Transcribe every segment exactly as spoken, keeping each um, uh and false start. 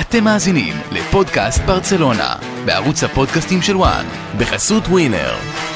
אתם מאזינים לפודקאסט ברצלונה, בערוץ הפודקאסטים של וואן, בחסות ווינר.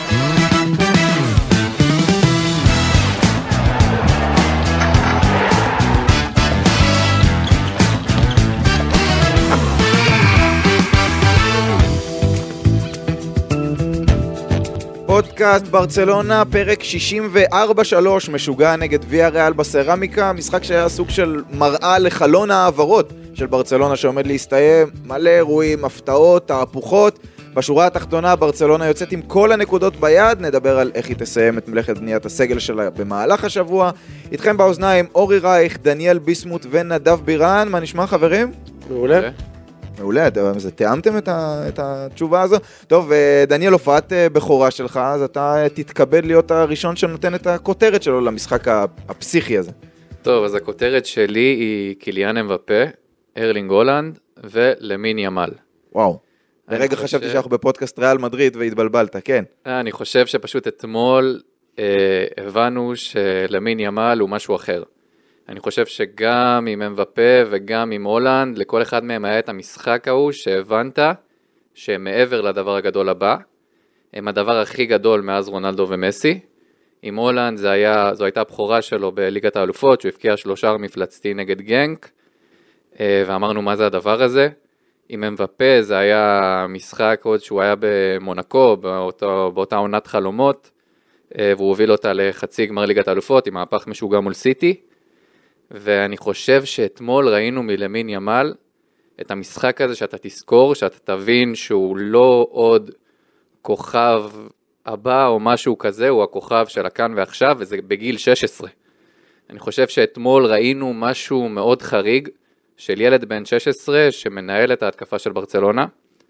פודקאסט ברצלונה, פרק שישים וארבע שלוש, משוגע נגד ויה ריאל בסרמיקה, משחק שהיה סוג של מראה לחלון העברות של ברצלונה שעומד להסתיים, מלא אירועים, הפתעות, תהפוכות. בשורה התחתונה ברצלונה יוצאת עם כל הנקודות ביד, נדבר על איך היא תסיים את מלאכת בניית הסגל שלה במהלך השבוע. איתכם באוזניים אורי רייך, דניאל ביסמוט ונדב בירן. מה נשמע חברים? מעולה. מעולה, זה תיאמתם את, ה, את התשובה הזו. טוב, דניאל, הופעת בכורה שלך, אז אתה תתכבד להיות הראשון שנותן את הכותרת שלו למשחק הפסיכי הזה. טוב, אז הכותרת שלי היא קיליאן אמבפה, ארלינג הולנד ולמין ימל. וואו, לרגע חושב... חשבתי שאנחנו בפודקאסט ריאל מדריד והתבלבלת, כן. אני חושב שפשוט אתמול אה, הבנו שלמין ימל הוא משהו אחר. אני חושב שגם עם אמבפה וגם עם הולנד, לכל אחד מהם היה את המשחק ההוא שהבנת שמעבר לדבר הגדול הבא, הם הדבר הכי גדול מאז רונלדו ומסי. עם הולנד זה היה, זו הייתה הבכורה שלו בליגת האלופות, שהוא הפקיע שלושה מפלצתי נגד גנק, ואמרנו מה זה הדבר הזה. עם אמבפה זה היה משחק עוד שהוא היה במונקו, באותו, באותה עונת חלומות, והוא הוביל אותה לחצי גמר ליגת האלופות עם מהפך משוגע מול סיטי. ואני חושב שאתמול ראינו מלמין ימל את המשחק הזה שאתה תזכור, שאתה תבין שהוא לא עוד כוכב הבא או משהו כזה, הוא הכוכב של הכאן ועכשיו, וזה בגיל שש עשרה. אני חושב שאתמול ראינו משהו מאוד חריג של ילד בן שש עשרה שמנהל את ההתקפה של ברצלונה,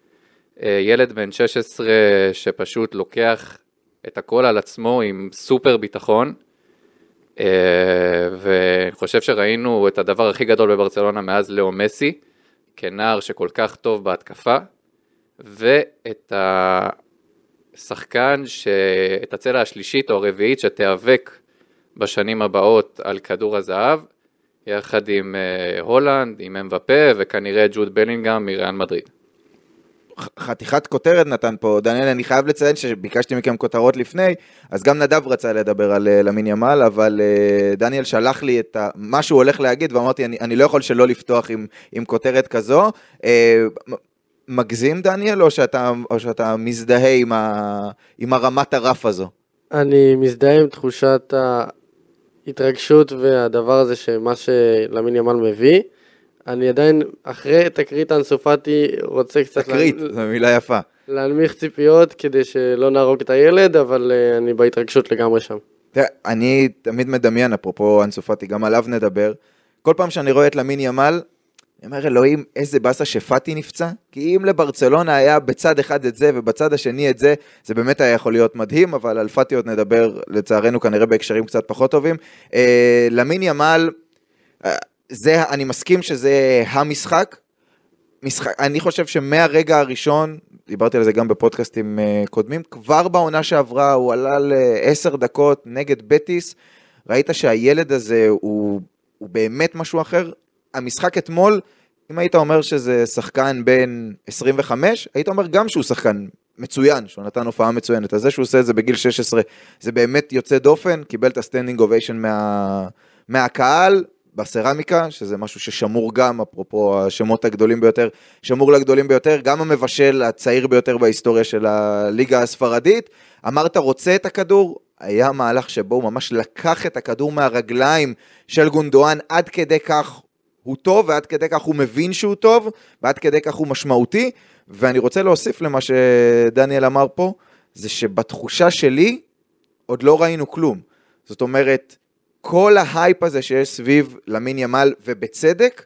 ילד בן שש עשרה שפשוט לוקח את הכל על עצמו עם סופר ביטחון, ואני חושב שראינו את הדבר הכי גדול בברצלונה מאז לאו מסי, כנער שכל כך טוב בהתקפה, ואת השחקן, את הצלע השלישית או הרביעית שתיאבק בשנים הבאות על כדור הזהב, יחד עם הולנד, עם אמבפה, וכנראה ג'וד בלינגהאם מריאל מדריד. חתיכת כותרת נתן פה, דניאל, אני חייב לציין שביקשתי מכם כותרות לפני, אז גם נדב רצה לדבר על למין ימל, אבל דניאל שלח לי את מה שהוא הולך להגיד, ואמרתי, אני, אני לא יכול שלא לפתוח עם, עם כותרת כזו. מגזים, דניאל, או שאתה, או שאתה מזדהה עם, ה, עם הרמת הרף הזו? אני מזדהה עם תחושת ההתרגשות והדבר הזה שמה שלמין ימל מביא, אני עדיין, אחרי תקרית אנסו פאטי, רוצה קצת... תקרית, לה... זו מילה יפה. להנמיך ציפיות כדי שלא נהרוג את הילד, אבל uh, אני בהתרגשות לגמרי שם. תראה, אני תמיד מדמיין, אפרופו אנסו פאטי, גם עליו נדבר. כל פעם שאני רואה את למין ימל, אני אומר, אלוהים, איזה בסה שפאטי נפצע. כי אם לברצלונה היה בצד אחד את זה, ובצד השני את זה, זה באמת היה יכול להיות מדהים, אבל על פאטי עוד נדבר, לצערנו, כנראה בהקשרים קצת פחות טובים. אה, למין ימל... אה, זה, אני מסכים שזה המשחק, משחק, אני חושב שמהרגע הראשון, דיברתי על זה גם בפודקאסטים uh, קודמים, כבר בעונה שעברה הוא עלה ל-עשר דקות נגד בטיס, ראית שהילד הזה הוא, הוא באמת משהו אחר, המשחק אתמול, אם היית אומר שזה שחקן בין עשרים וחמש, היית אומר גם שהוא שחקן מצוין, שהוא נתן הופעה מצוינת, אז זה שהוא עושה את זה בגיל שש עשרה, זה באמת יוצא דופן, קיבל את הסטנדינג אוביישן מה, מהקהל, בסרמיקה, שזה משהו ששמור גם, אפרופו השמות הגדולים ביותר, שמור לגדולים ביותר, גם המבשל הצעיר ביותר בהיסטוריה של הליגה הספרדית. אמרת רוצה את הכדור, היה מהלך שבו הוא ממש לקח את הכדור מהרגליים של גונדואן, עד כדי כך הוא טוב, ועד כדי כך הוא מבין שהוא טוב, ועד כדי כך הוא משמעותי, ואני רוצה להוסיף למה שדניאל אמר פה, זה שבתחושה שלי עוד לא ראינו כלום. זאת אומרת, כל ההייפ הזה שיש סביב למין ימל, ובצדק,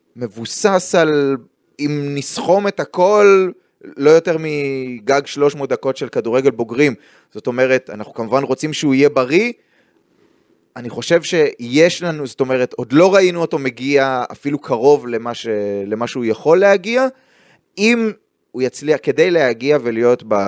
מבוסס על, אם נסכום את הכל, לא יותר מגג שלוש מאות דקות של כדורגל בוגרים. זאת אומרת, אנחנו כמובן רוצים שהוא יהיה בריא, אני חושב שיש לנו, זאת אומרת, עוד לא ראינו אותו מגיע אפילו קרוב למה, ש, למה שהוא יכול להגיע, אם הוא יצליח כדי להגיע ולהיות ב,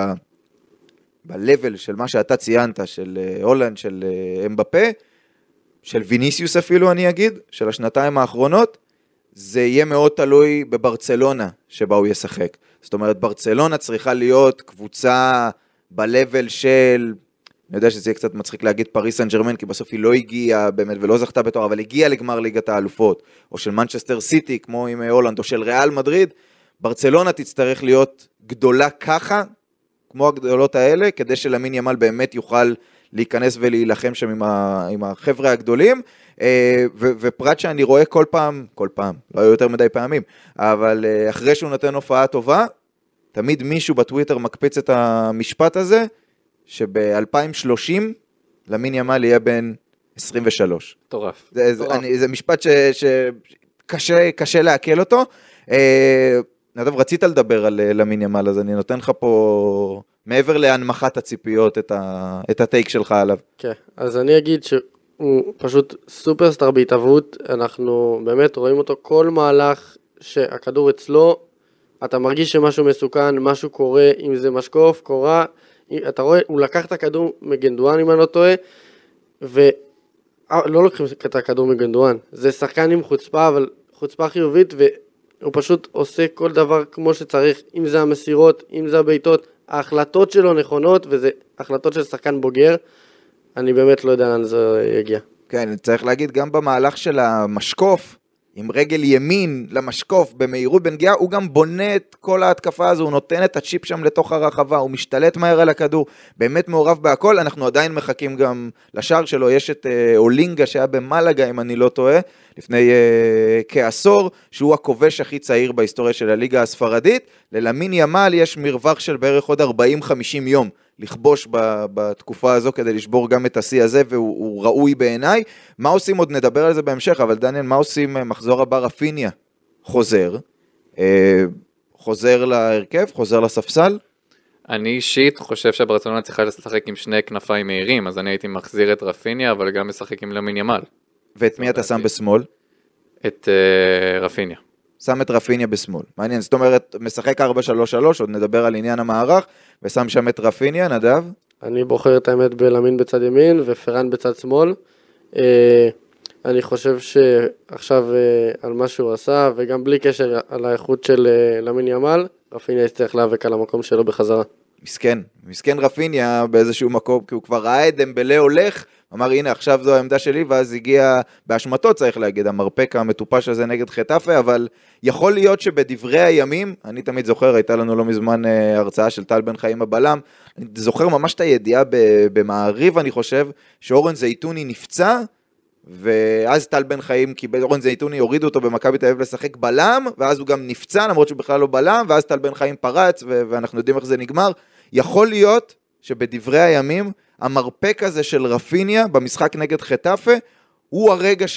ב-level של מה שאתה ציינת, של הולנד, של אמבפה, של ויניסיוס אפילו אני אגיד, של השנתיים האחרונות, זה יהיה מאוד תלוי בברצלונה שבה הוא ישחק. זאת אומרת, ברצלונה צריכה להיות קבוצה ב-level של, אני יודע שזה יהיה קצת מצחיק להגיד פריס סן ג'רמן, כי בסוף היא לא הגיעה באמת ולא זכתה בתואר, אבל הגיעה לגמר ליגת האלופות, או של מנצ'סטר סיטי, כמו עם הולנד, או של ריאל מדריד. ברצלונה תצטרך להיות גדולה ככה, כמו הגדולות האלה, כדי שלמין ימל באמת יוכל להיכנס ולהילחם שם עם, ה, עם החבר'ה הגדולים, ו, ופרט שאני רואה כל פעם, כל פעם, לא היו יותר מדי פעמים, אבל אחרי שהוא נותן הופעה טובה, תמיד מישהו בטוויטר מקפיץ את המשפט הזה, שב-אלפיים ושלושים למין ימל יהיה בין עשרים ושלוש. טורף. זה, זה, אני, זה משפט שקשה קשה לעכל אותו. נדב, רצית לדבר על למין ימל, אז אני נותן לך פה, מעבר להנמחת הציפיות, את, ה, את הטייק שלך עליו. כן, אז אני אגיד שהוא פשוט סופרסטאר בהתאבות, אנחנו באמת רואים אותו כל מהלך שהכדור אצלו, אתה מרגיש שמשהו מסוכן, משהו קורה, אם זה משקוף, קורה, אתה רואה, הוא לקח את הכדור מגנדואן, אם אני לא טועה, ולא לוקחים את הכדור מגנדואן, זה שחקן עם חוצפה, אבל חוצפה חיובית, והוא פשוט עושה כל דבר כמו שצריך, אם זה המסירות, אם זה הביתות, ההחלטות שלו נכונות, וזה החלטות של שחקן בוגר, אני באמת לא יודע לאן זה יגיע. כן, צריך להגיד, גם במהלך של המשקוף, עם רגל ימין למשקוף במהירות בנגיעה, הוא גם בונה את כל ההתקפה הזו, הוא נותן את הצ'יפ שם לתוך הרחבה, הוא משתלט מהר על הכדור, באמת מעורב בהכל. אנחנו עדיין מחכים גם לשער שלו, יש את אה, אולינגה שהיה במלגה, אם אני לא טועה, לפני אה, כעשור, שהוא הכובש הכי צעיר בהיסטוריה של הליגה הספרדית. ללמין ימל יש מרווח של בערך עוד ארבעים חמישים יום, לכבוש בתקופה הזו כדי לשבור גם את השיא הזה, והוא ראוי בעיניי. מה עושים? עוד נדבר על זה בהמשך, אבל דניאל, מה עושים? מחזור הבא רפיניה חוזר, חוזר להרכב, חוזר לספסל? אני אישית חושב שברצלונה צריכה לשחק עם שני כנפיים מהירים, אז אני הייתי מחזיר את רפיניה, אבל גם משחק עם למין ימל. ואת מי אתה שם בשמאל? את רפיניה. שם את רפיניה בשמאל. מעניין, זאת אומרת, משחק ארבע שלוש שלוש, עוד נדבר על עניין המערך, ושם שם את רפיניה, נדב? אני בוחר את האמת בלמין בצד ימין, ופרן בצד שמאל. אני חושב שעכשיו על מה שהוא עשה, וגם בלי קשר על האיכות של למין ימל, רפיניה יצטרך להיאבק על המקום שלו בחזרה. מסכן, מסכן רפיניה באיזשהו מקום, כי הוא כבר ראה את דמבלה הולך, אמר הנה עכשיו זו העמדה שלי, ואז הגיע באשמתו צריך להגיד, המרפק המטופש הזה נגד חטאפה, אבל יכול להיות שבדברי הימים, אני תמיד זוכר, הייתה לנו לא מזמן אה, הרצאה של טל בן חיים הבלם, אני זוכר ממש את הידיעה במעריב, אני חושב, שאורן זייתוני נפצע, ואז טל בן חיים קיבל, אורן זייתוני הורידו אותו במכבי תל אביב לשחק בלם, ואז הוא גם נפצע, למרות שהוא בכלל לא בלם, ואז טל בן חיים פרץ, ו- ואנחנו יודעים איך זה נגמר. יכול להיות שבדברי הימים, המרפק הזה של רפיניה, במשחק נגד חטאפה, הוא הרגע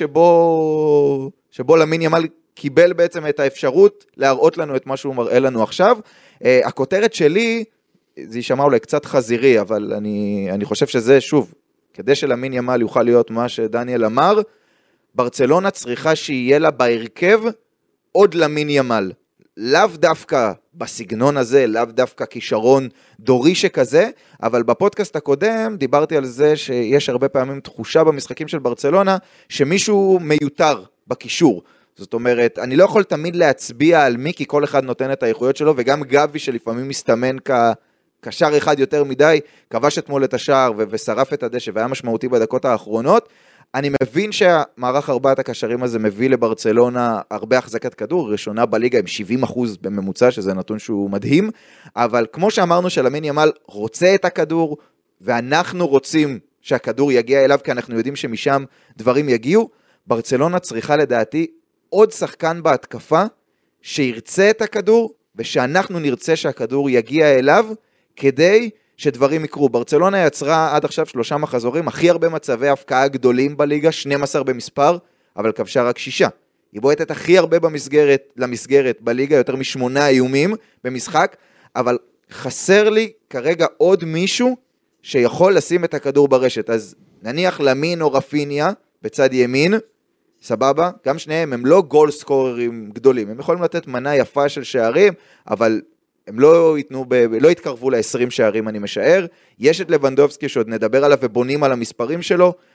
שבו, שבו למין ימל קיבל בעצם את האפשרות, להראות לנו את מה שהוא מראה לנו עכשיו. Uh, הכותרת שלי, זה יישמע אולי קצת חזירי, אבל אני, אני חושב שזה, שוב, כדי שלמין ימל יוכל להיות מה שדניאל אמר, ברצלונה צריכה שיהיה לה בהרכב עוד למין ימל. לאו דווקא בסגנון הזה, לאו דווקא כישרון דורי שכזה, אבל בפודקאסט הקודם דיברתי על זה שיש הרבה פעמים תחושה במשחקים של ברצלונה, שמישהו מיותר בקישור. זאת אומרת, אני לא יכול תמיד להצביע על מי, כי כל אחד נותן את האיכויות שלו, וגם גבי שלפעמים מסתמן כ... קשר אחד יותר מדי, כבש אתמול את השער ו- ושרף את הדשא, והיה משמעותי בדקות האחרונות. אני מבין שהמערך ארבעת הקשרים הזה מביא לברצלונה הרבה החזקת כדור, ראשונה בליגה עם שבעים אחוז בממוצע, שזה נתון שהוא מדהים, אבל כמו שאמרנו שלמין ימל רוצה את הכדור, ואנחנו רוצים שהכדור יגיע אליו, כי אנחנו יודעים שמשם דברים יגיעו, ברצלונה צריכה לדעתי עוד שחקן בהתקפה, שירצה את הכדור, ושאנחנו נרצה שהכדור יגיע אליו, כדי שדברים יקרו. ברצלונה יצרה עד עכשיו שלושה מחזורים, הכי הרבה מצבי הפקעה גדולים בליגה, שנים עשר במספר, אבל כבשה רק שישה. היא בועטת הכי הרבה במסגרת, למסגרת בליגה, יותר משמונה איומים במשחק, אבל חסר לי כרגע עוד מישהו שיכול לשים את הכדור ברשת. אז נניח למין או רפיניה בצד ימין, סבבה, גם שניהם הם לא גול סקוררים גדולים, הם יכולים לתת מנה יפה של שערים, אבל הם לא ייתנו, ב... לא יתקרבו ל-עשרים שערים אני משער. יש את לבנדובסקי שעוד נדבר עליו ובונים על המספרים שלו,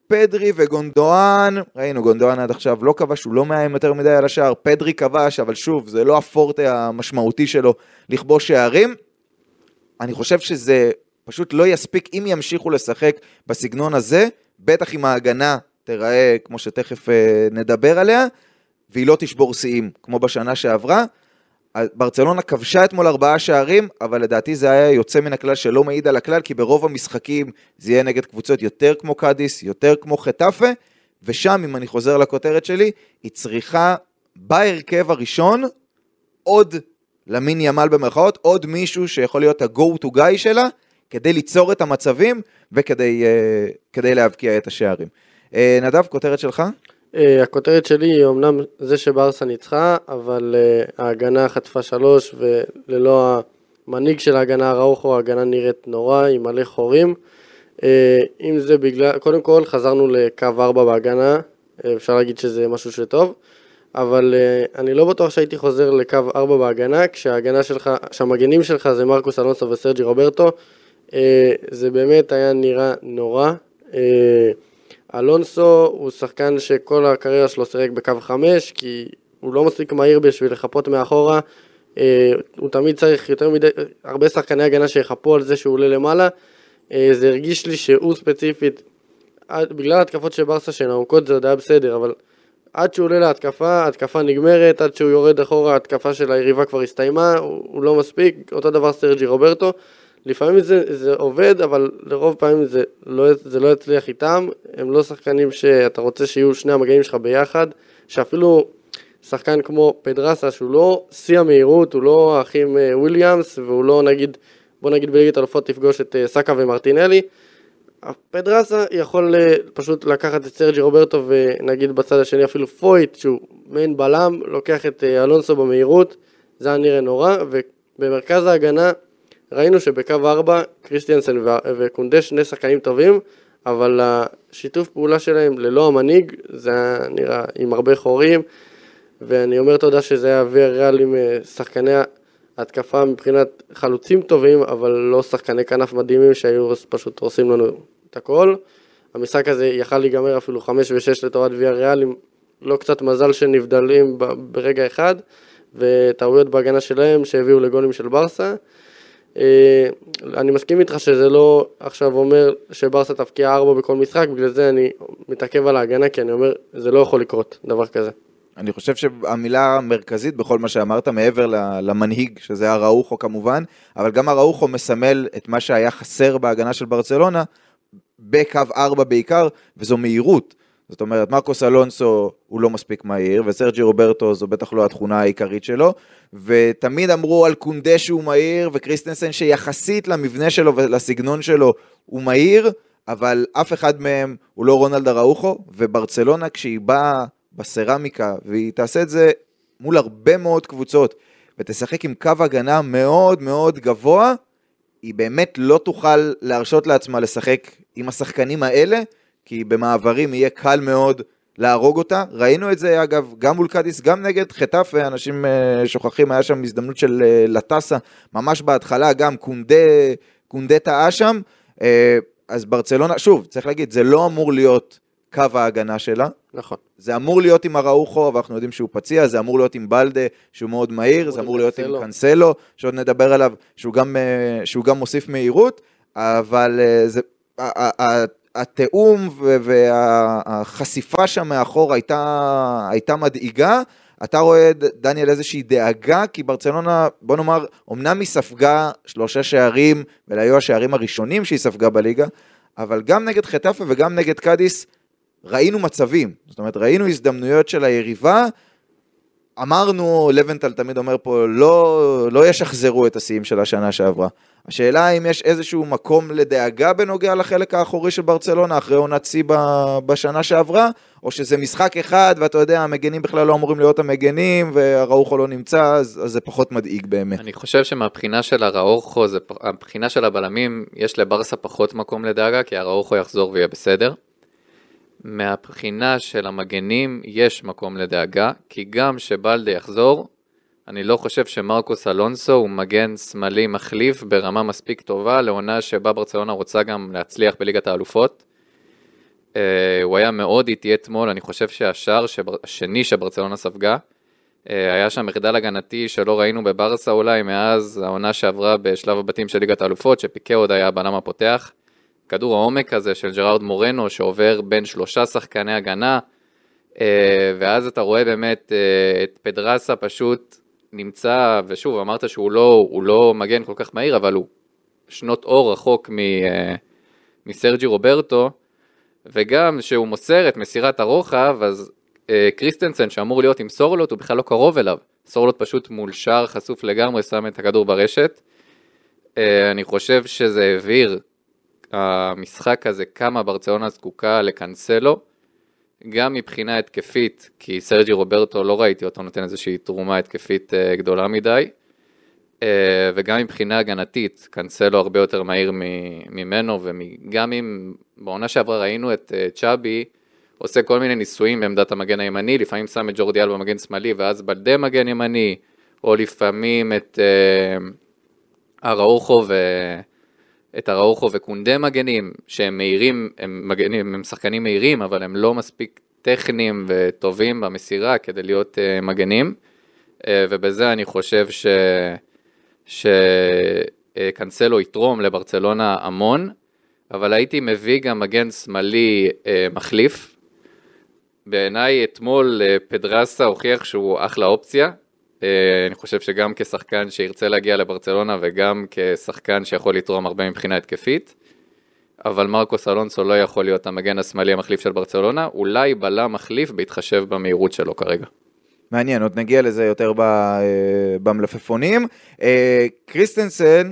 פדרי וגונדואן, ראינו, גונדואן עד עכשיו לא כבש, הוא לא מאיים יותר מדי על השער, פדרי כבש, אבל שוב, זה לא הפורטה המשמעותי שלו לכבוש שערים. אני חושב שזה פשוט לא יספיק אם ימשיכו לשחק בסגנון הזה, בטח אם ההגנה תראה, כמו שתכף נדבר עליה, והיא לא תשבור שיאים, כמו בשנה שעברה. ברצלונה כבשה אתמול ארבעה שערים, אבל לדעתי זה היה יוצא מן הכלל שלא מעיד על הכלל, כי ברוב המשחקים זה יהיה נגד קבוצות יותר כמו קאדיס, יותר כמו חטאפה, ושם, אם אני חוזר לכותרת שלי, היא צריכה בהרכב הראשון עוד למין ימל במרכאות, עוד מישהו שיכול להיות ה-go to guy שלה, כדי ליצור את המצבים וכדי uh, כדי להבקיע את השערים. Uh, נדב, כותרת שלך? Uh, הכותרת שלי היא אומנם זה שברסה ניצחה, אבל uh, ההגנה חטפה שלוש, וללא המנהיג של ההגנה ראוחו, ההגנה נראית נורא, עם מלא חורים. Uh, אם זה בגלל, קודם כל חזרנו לקו ארבע בהגנה, uh, אפשר להגיד שזה משהו שטוב, אבל uh, אני לא בטוח שהייתי חוזר לקו ארבע בהגנה, כשההגנה שלך, שהמגנים שלך זה מרקוס אלונסו וסרג'י רוברטו, uh, זה באמת היה נראה נורא. Uh, אלונסו הוא שחקן שכל הקריירה שלו סירק בקו חמש, כי הוא לא מספיק מהיר בשביל לחפות מאחורה, uh, הוא תמיד צריך יותר מדי, הרבה שחקני הגנה שיחפו על זה שהוא עולה למעלה, uh, זה הרגיש לי שהוא ספציפית, בגלל התקפות של ברסה שנעוקות זה עוד היה בסדר, אבל עד שהוא עולה להתקפה, ההתקפה נגמרת, עד שהוא יורד אחורה, ההתקפה של היריבה כבר הסתיימה, הוא, הוא לא מספיק, אותו דבר סרג'י רוברטו, לפעמים זה, זה עובד, אבל לרוב פעמים זה לא, זה לא יצליח איתם, הם לא שחקנים שאתה רוצה שיהיו שני המגעים שלך ביחד, שאפילו שחקן כמו פדרסה, שהוא לא שיא המהירות, הוא לא האחים וויליאמס, והוא לא נגיד, בוא נגיד בליגת אלופות תפגוש את סאקה ומרטינלי, פדרסה יכול פשוט לקחת את סרג'י רוברטו ונגיד בצד השני אפילו פויט שהוא מיין בלם, לוקח את אלונסו במהירות, זה היה נראה נורא, ובמרכז ההגנה ראינו שבקו ארבע קריסטיאנסן וקונדש שני שחקנים טובים, אבל השיתוף פעולה שלהם ללא המנהיג זה היה נראה עם הרבה חורים, ואני אומר תודה שזה היה ויאריאל עם שחקני התקפה מבחינת חלוצים טובים, אבל לא שחקני כנף מדהימים שהיו פשוט עושים לנו את הכל. המשחק הזה יכל להיגמר אפילו חמש ושש לטובת ויאריאל, עם לא קצת מזל שנבדלים ברגע אחד, וטעויות בהגנה שלהם שהביאו לגולים של ברסה. אני מסכים איתך שזה לא עכשיו אומר שברסה תפקיע ארבע בכל משחק, בגלל זה אני מתעכב על ההגנה, כי אני אומר, זה לא יכול לקרות, דבר כזה. אני חושב שהמילה המרכזית בכל מה שאמרת, מעבר למנהיג, שזה הראוחו כמובן, אבל גם הראוחו מסמל את מה שהיה חסר בהגנה של ברצלונה, בקו ארבע בעיקר, וזו מהירות. זאת אומרת, מרקוס אלונסו הוא לא מספיק מהיר, וסרג'י רוברטו זו בטח לא התכונה העיקרית שלו, ותמיד אמרו על קונדש שהוא מהיר, וקריסטנסן שיחסית למבנה שלו ולסגנון שלו הוא מהיר, אבל אף אחד מהם הוא לא רונלד אראוחו, וברצלונה כשהיא באה בסרמיקה, והיא תעשה את זה מול הרבה מאוד קבוצות, ותשחק עם קו הגנה מאוד מאוד גבוה, היא באמת לא תוכל להרשות לעצמה לשחק עם השחקנים האלה, כי במעברים יהיה קל מאוד להרוג אותה. ראינו את זה אגב גם מול קאדיס, גם נגד חטאפה, אנשים שוכחים, היה שם הזדמנות של לטסה, ממש בהתחלה גם קונדה, קונדה טעה שם, אז ברצלונה, שוב, צריך להגיד, זה לא אמור להיות קו ההגנה שלה. נכון. זה אמור להיות עם הראוחו, ואנחנו יודעים שהוא פציע, זה אמור להיות עם בלדה, שהוא מאוד מהיר, זה אמור להיות עם קנסלו, שעוד נדבר עליו, שהוא גם, שהוא גם מוסיף מהירות, אבל זה, התאום והחשיפה שם מאחור הייתה, הייתה מדאיגה. אתה רואה, דניאל, איזושהי דאגה, כי ברצלונה, בוא נאמר, אמנם היא ספגה שלושה שערים, והיו השערים הראשונים שהיא ספגה בליגה, אבל גם נגד חטאפה וגם נגד קאדיס, ראינו מצבים, זאת אומרת, ראינו הזדמנויות של היריבה, אמרנו, לבנטל תמיד אומר פה, לא, לא ישחזרו את השיאים של השנה שעברה. השאלה אם יש איזשהו מקום לדאגה בנוגע לחלק האחורי של ברצלונה, אחרי עונת שיא בשנה שעברה, או שזה משחק אחד, ואתה יודע, המגנים בכלל לא אמורים להיות המגנים, והראוחו לא נמצא, אז, אז זה פחות מדאיג באמת. אני חושב שמהבחינה של הראוחו, הבחינה של הבלמים, יש לברסה פחות מקום לדאגה, כי הראוחו יחזור ויהיה בסדר. מהבחינה של המגנים יש מקום לדאגה, כי גם שבלדה יחזור, אני לא חושב שמרקוס אלונסו הוא מגן שמאלי מחליף ברמה מספיק טובה, לעונה שבה ברצלונה רוצה גם להצליח בליגת האלופות. הוא היה מאוד איטי אתמול, אני חושב שהשער השני שברצלונה ספגה, היה שם מחדל הגנתי שלא ראינו בברסה אולי מאז העונה שעברה בשלב הבתים של ליגת האלופות, שפיקה עוד היה הבלם הפותח. כדור העומק הזה של ג'רארד מורנו שעובר בין שלושה שחקני הגנה, ואז אתה רואה באמת את פדרסה פשוט נמצא, ושוב אמרת שהוא לא, הוא לא מגן כל כך מהיר, אבל הוא שנות אור רחוק מסרג'י רוברטו, וגם שהוא מוסר את מסירת הרוחב, אז קריסטנסן שאמור להיות עם סורלוט, הוא בכלל לא קרוב אליו. סורלוט פשוט מול שער חשוף לגמרי, שם את הכדור ברשת. אני חושב שזה העביר המשחק הזה, כמה ברצלונה זקוקה לקנסלו, גם מבחינה התקפית, כי סרג'י רוברטו לא ראיתי אותו נותן איזושהי תרומה התקפית גדולה מדי, וגם מבחינה הגנתית, קנסלו הרבה יותר מהיר ממנו, וגם אם בעונה שעברה ראינו את צ'אבי, עושה כל מיני ניסויים בעמדת המגן הימני, לפעמים שם את ג'ורדי אלבה במגן שמאלי, ואז בלדה מגן ימני, או לפעמים את אראוחו ו... את אראוחו וקונדה מגנים, שהם מהירים, הם, מגנים, הם שחקנים מהירים, אבל הם לא מספיק טכניים וטובים במסירה כדי להיות uh, מגנים, uh, ובזה אני חושב ש... שקנסלו יתרום לברצלונה המון, אבל הייתי מביא גם מגן שמאלי uh, מחליף. בעיניי אתמול uh, פדרסה הוכיח שהוא אחלה אופציה, אני חושב שגם כשחקן שירצה להגיע לברצלונה וגם כשחקן שיכול לתרום הרבה מבחינה התקפית, אבל מרקוס אלונסו לא יכול להיות המגן השמאלי המחליף של ברצלונה, אולי בלם מחליף בהתחשב במהירות שלו כרגע. מעניין, עוד נגיע לזה יותר במלפפונים. קריסטנסן,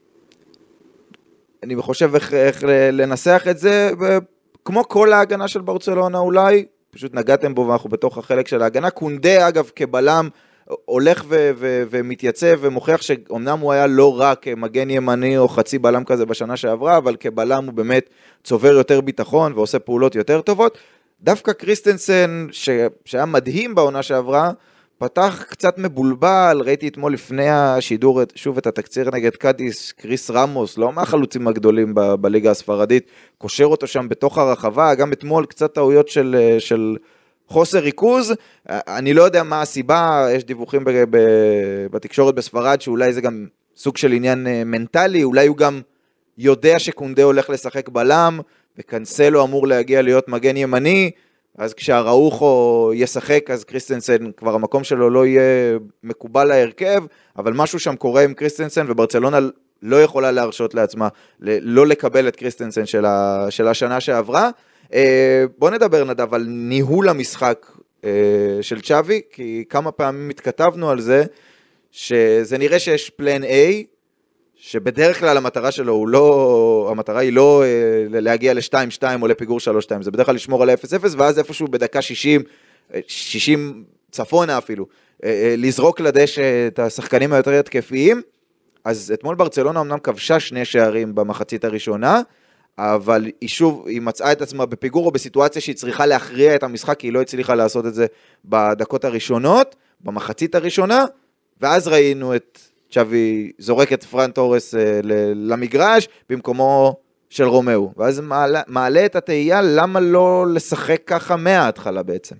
אני חושב איך, איך לנסח את זה, כמו כל ההגנה של ברצלונה אולי, פשוט נגעתם בו ואנחנו בתוך החלק של ההגנה. קונדה אגב כבלם, הולך ו- ו- ומתייצב ומוכיח שאומנם הוא היה לא רק מגן ימני או חצי בלם כזה בשנה שעברה, אבל כבלם הוא באמת צובר יותר ביטחון ועושה פעולות יותר טובות. דווקא קריסטנסן, ש- שהיה מדהים בעונה שעברה, פתח קצת מבולבל, ראיתי אתמול לפני השידור שוב את התקציר נגד קדיס, קריס רמוס, לא מהחלוצים הגדולים ב- בליגה הספרדית, קושר אותו שם בתוך הרחבה, גם אתמול קצת טעויות של... של חוסר ריכוז, אני לא יודע מה הסיבה, יש דיווחים ב- ב- בתקשורת בספרד, שאולי זה גם סוג של עניין מנטלי, אולי הוא גם יודע שקונדה הולך לשחק בלם, וקנסלו אמור להגיע להיות מגן ימני, אז כשהראוחו ישחק, אז קריסטנסן, כבר המקום שלו לא יהיה מקובל להרכב, אבל משהו שם קורה עם קריסטנסן, וברצלונה לא יכולה להרשות לעצמה, לא לקבל את קריסטנסן של, ה- של השנה שעברה, בוא נדבר נדב על ניהול המשחק של צ'אבי, כי כמה פעמים התכתבנו על זה, שזה נראה שיש פלן A, שבדרך כלל המטרה שלו הוא לא, המטרה היא לא להגיע ל-שתיים שתיים או לפיגור שלוש שתיים, זה בדרך כלל לשמור על אפס אפס, ואז איפשהו בדקה שישים, שישים צפונה אפילו, לזרוק לדשא את השחקנים היותר התקפיים. אז אתמול ברצלונה אמנם כבשה שני שערים במחצית הראשונה, אבל היא שוב, היא מצאה את עצמה בפיגור או בסיטואציה שהיא צריכה להכריע את המשחק, כי היא לא הצליחה לעשות את זה בדקות הראשונות, במחצית הראשונה, ואז ראינו את צ'אבי זורק את פרן טורס למגרש, במקומו של רומאו, ואז מעלה, מעלה את התהייה, למה לא לשחק ככה מההתחלה בעצם?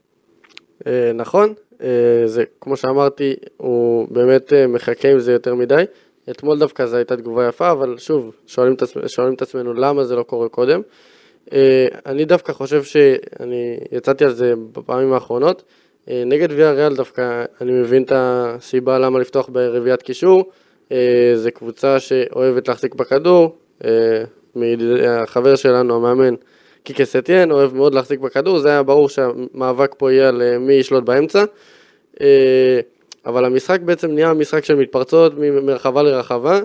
נכון, זה כמו שאמרתי, הוא באמת מחכה עם זה יותר מדי, אתמול דווקא זו הייתה תגובה יפה, אבל שוב, שואלים את, עצמנו, שואלים את עצמנו למה זה לא קורה קודם. אני דווקא חושב שאני יצאתי על זה בפעמים האחרונות, נגד ויה ריאל דווקא אני מבין את הסיבה למה לפתוח ברביעת קישור, זה קבוצה שאוהבת להחזיק בכדור, החבר שלנו, המאמן, קיקה סטיין, אוהב מאוד להחזיק בכדור, זה היה ברור שהמאבק פה יהיה על מי ישלוט באמצע, אבל המשחק בעצם נהיה משחק של מתפרצות מרחבה לרחבה,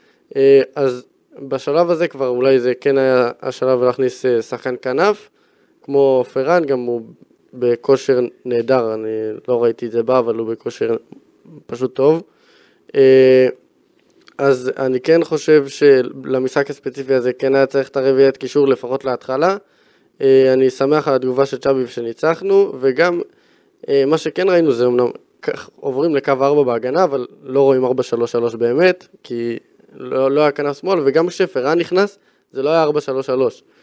אז בשלב הזה כבר אולי זה כן היה השלב להכניס שחקן כנף, כמו פרן, גם הוא בכושר נהדר, אני לא ראיתי את זה בה, אבל הוא בכושר פשוט טוב. אז אני כן חושב שלמשחק הספציפי הזה כן היה צריך את הרביעיית קישור לפחות להתחלה. אני שמח על התגובה של צ'אבי שניצחנו, וגם מה שכן ראינו זה אמנם עוברים לקו ארבע בהגנה, אבל לא רואים ארבע שלוש שלוש באמת, כי לא, לא היה כנף שמאל, וגם כשפרן נכנס, זה לא היה ארבע שלוש שלוש.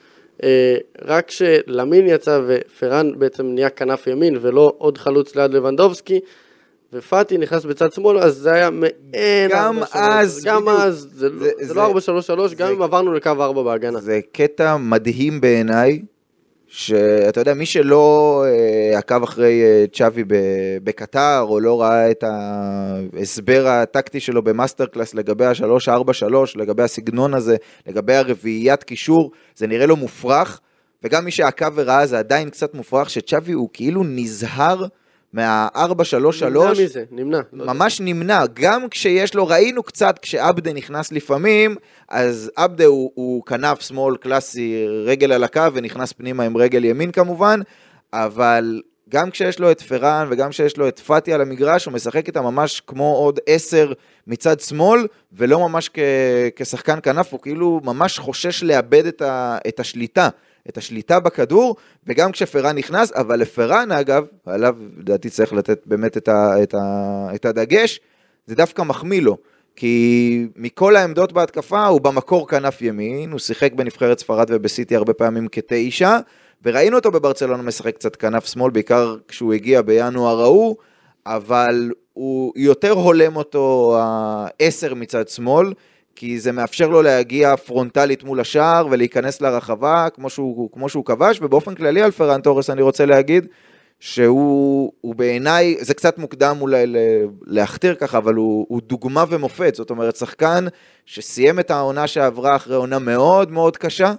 רק שלמין יצא ופרן בעצם נהיה כנף ימין ולא עוד חלוץ ליד לבנדובסקי, ופאטי נכנס בצד שמאל, אז זה היה מעין גם אז, גם בדיוק. אז, זה, זה, זה, זה לא ארבע שלוש שלוש, גם אם עברנו לקו ארבע בהגנה. זה קטע מדהים בעיניי, שאתה יודע, מי שלא אה, עקב אחרי אה, צ'אבי בקטר, או לא ראה את ההסבר הטקטי שלו במאסטר קלאס לגבי ה-שלוש ארבע שלוש, לגבי הסגנון הזה, לגבי הרביעיית קישור, זה נראה לו מופרך, וגם מי שעקב וראה זה עדיין קצת מופרך, שצ'אבי הוא כאילו נזהר מה-ארבע שלוש שלוש, נמנע מזה, נמנע. ממש נמנע, גם כשיש לו, ראינו קצת, כשאבדה נכנס לפעמים, אז אבדה הוא, הוא כנף שמאל קלאסי, רגל על הקו, ונכנס פנימה עם רגל ימין כמובן, אבל גם כשיש לו את פרן, וגם כשיש לו את פאטי על המגרש, הוא משחק איתה ממש כמו עוד עשר מצד שמאל, ולא ממש כ, כשחקן כנף, הוא כאילו ממש חושש לאבד את, ה, את השליטה. את השליטה בכדור, וגם כשפרן נכנס, אבל לפרן אגב, עליו לדעתי צריך לתת באמת את, ה, את, ה, את הדגש, זה דווקא מחמיא לו, כי מכל העמדות בהתקפה, הוא במקור כנף ימין, הוא שיחק בנבחרת ספרד ובסיטי הרבה פעמים כתשע, וראינו אותו בברצלונה משחק קצת כנף שמאל, בעיקר כשהוא הגיע בינואר ההוא, אבל הוא יותר הולם אותו העשר מצד שמאל, כי זה מאפשר לו להגיע פרונטלית מול השער ולהיכנס לרחבה כמו שהוא, כמו שהוא כבש, ובאופן כללי על פרן טורס אני רוצה להגיד שהוא הוא בעיניי, זה קצת מוקדם אולי להכתיר ככה, אבל הוא, הוא דוגמה ומופת, זאת אומרת שחקן שסיים את העונה שעברה אחרי עונה מאוד מאוד קשה,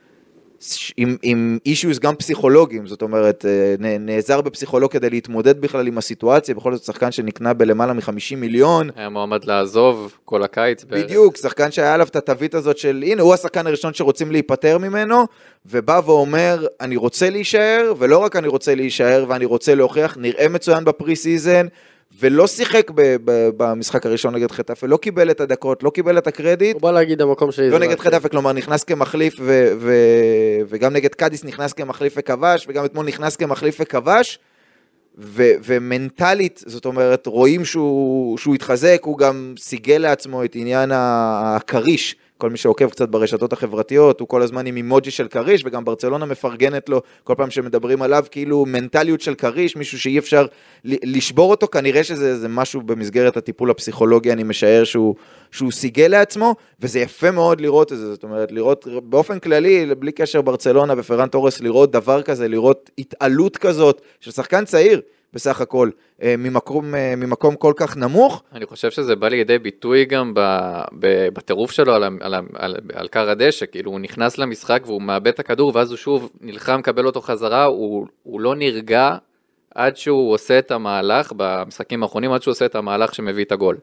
עם, עם אישיוס גם פסיכולוגיים, זאת אומרת, נעזר בפסיכולוג כדי להתמודד בכלל עם הסיטואציה, בכל זאת שחקן שנקנה בלמעלה מ-חמישים מיליון. היה מועמד לעזוב כל הקיץ. בדיוק, בערך. שחקן שהיה עליו את התווית הזאת של, הנה, הוא השחקן הראשון שרוצים להיפטר ממנו, ובא ואומר, אני רוצה להישאר, ולא רק אני רוצה להישאר, ואני רוצה להוכיח, נראה מצוין בפרי סיזן, ולא שיחק ב- ב- במשחק הראשון נגד חטאפה, לא קיבל את הדקות, לא קיבל את הקרדיט. הוא בא להגיד המקום שלי. לא נגד חטאפה, כלומר נכנס כמחליף, ו- ו- וגם נגד קדיס נכנס כמחליף וכבש, וגם אתמול נכנס כמחליף וכבש, ו- ומנטלית, זאת אומרת, רואים שהוא, שהוא התחזק, הוא גם סיגל לעצמו את עניין הקריש, כל מי שעוקב קצת ברשתות החברתיות, הוא כל הזמן עם אימוג'י של קריש, וגם ברצלונה מפרגנת לו, כל פעם שמדברים עליו, כאילו מנטליות של קריש, מישהו שאי אפשר לשבור אותו, כנראה שזה זה משהו במסגרת הטיפול הפסיכולוגי, אני משער שהוא, שהוא סיגל לעצמו, וזה יפה מאוד לראות את זה, זאת אומרת, לראות באופן כללי, בלי קשר ברצלונה ופרן טורס, לראות דבר כזה, לראות התעלות כזאת, של שחקן צעיר, בסך הכל, ממקום, ממקום כל כך נמוך. אני חושב שזה בא לידי ביטוי גם בטירוף שלו על, על, על, על קר הדשא, כאילו הוא נכנס למשחק והוא מאבד את הכדור, ואז הוא שוב נלחם קבל אותו חזרה, הוא, הוא לא נרגע עד שהוא עושה את המהלך, במשחקים האחרונים, עד שהוא עושה את המהלך שמביא את הגול.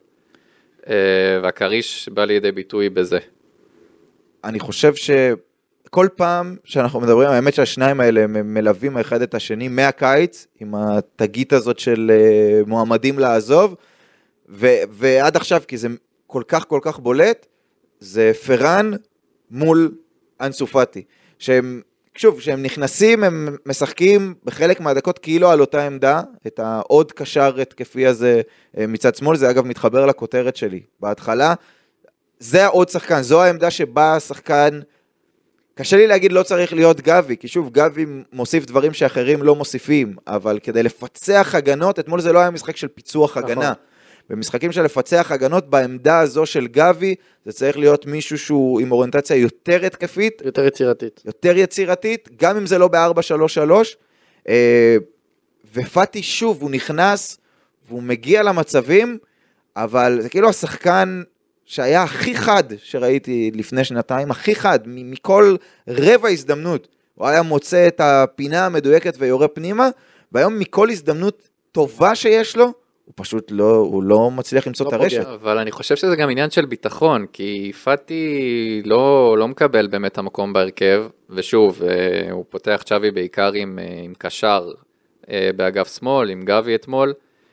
והקריש בא לידי ביטוי בזה. אני חושב ש... כל פעם שאנחנו מדברים, האמת שהשניים האלה הם מלווים אחד את השני מהקיץ, עם התגית הזאת של מועמדים לעזוב, ו- ועד עכשיו, כי זה כל כך כל כך בולט, זה פרן מול אנסו פאטי, שהם, שוב, שהם נכנסים, הם משחקים בחלק מהדקות כאילו על אותה עמדה, את העוד קשר התקפי הזה מצד שמאל, זה אגב מתחבר לכותרת שלי בהתחלה, זה העוד שחקן, זו העמדה שבה השחקן, קשה לי להגיד לא צריך להיות גבי, כי שוב, גבי מוסיף דברים שאחרים לא מוסיפים, אבל כדי לפצח הגנות, אתמול זה לא היה משחק של פיצוח הגנה. במשחקים של לפצח הגנות, בעמדה הזו של גבי, זה צריך להיות מישהו שהוא עם אוריינטציה יותר התקפית. יותר יצירתית. יותר יצירתית, גם אם זה לא ב-ארבע שלוש שלוש. ופאטי שוב, הוא נכנס, והוא מגיע למצבים, אבל זה כאילו השחקן שהיה הכי חד שראיתי לפני שנתיים, הכי חד, מכל רבע הזדמנות, הוא היה מוצא את הפינה המדויקת ויורה פנימה, והיום מכל הזדמנות טובה שיש לו, הוא פשוט לא, הוא לא מצליח למצוא את הרשת. אבל אני חושב שזה גם עניין של ביטחון, כי פאטי לא, לא מקבל באמת המקום בהרכב, ושוב, הוא פותח צ'אבי בעיקר עם, עם קשר באגף שמאל, עם גבי אתמול,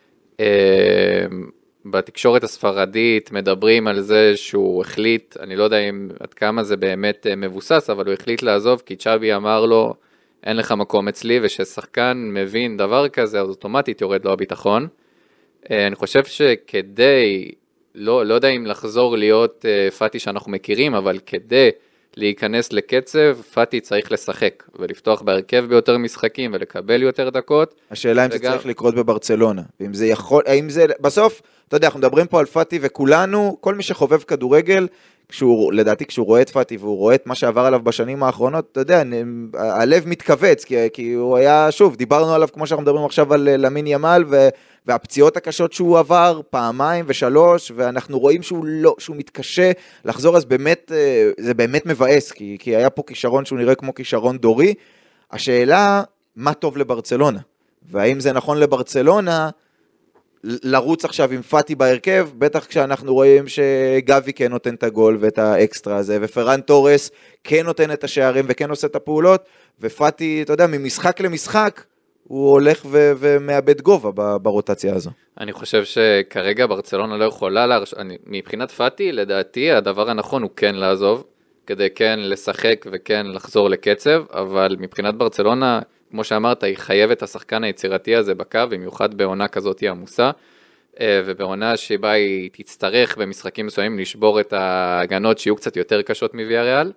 בתקשורת הספרדית מדברים על זה שהוא החליט, אני לא יודע אם עד כמה זה באמת מבוסס, אבל הוא החליט לעזוב, כי צ'אבי אמר לו, אין לך מקום אצלי, וששחקן מבין דבר כזה, אז אוטומטית יורד לו הביטחון. אני חושב שכדי, לא, לא יודע אם לחזור להיות פאטי שאנחנו מכירים, אבל כדי להיכנס לקצב, פאטי צריך לשחק, ולפתוח בהרכב ביותר משחקים, ולקבל יותר דקות. השאלה אם וגם... זה צריך לקרות בברצלונה, ואם זה יכול, האם זה, בסוף, אתה יודע, אנחנו מדברים פה על פאטי, וכולנו, כל מי שחובב כדורגל, כשהוא, לדעתי, כשהוא רואה את פאטי, והוא רואה את מה שעבר עליו בשנים האחרונות, אתה יודע, הלב מתכווץ, כי, כי הוא היה, שוב, דיברנו עליו, כמו שאנחנו מדברים עכשיו על למין ימל, ו... והפציעות הקשות שהוא עבר פעמיים ושלוש, ואנחנו רואים שהוא לא, שהוא מתקשה לחזור, אז באמת, זה באמת מבאס, כי, כי היה פה כישרון שהוא נראה כמו כישרון דורי. השאלה, מה טוב לברצלונה? והאם זה נכון לברצלונה, לרוץ עכשיו עם פאטי בהרכב, בטח כשאנחנו רואים שגבי כן נותן את הגול ואת האקסטרה הזה, ופרן טורס כן נותן את השערים וכן עושה את הפעולות, ופאטי, אתה יודע, ממשחק למשחק, הוא הולך ו- ומאבד גובה ברוטציה הזו. אני חושב שכרגע ברצלונה לא יכולה, להרש... אני, מבחינת פאטי, לדעתי, הדבר הנכון הוא כן לעזוב, כדי כן לשחק וכן לחזור לקצב, אבל מבחינת ברצלונה, כמו שאמרת, היא חייבת את השחקן היצירתי הזה בקו, במיוחד בעונה כזאת היא עמוסה, ובעונה שבה היא תצטרך במשחקים מסוימים לשבור את ההגנות שיהיו קצת יותר קשות מוויאריאל,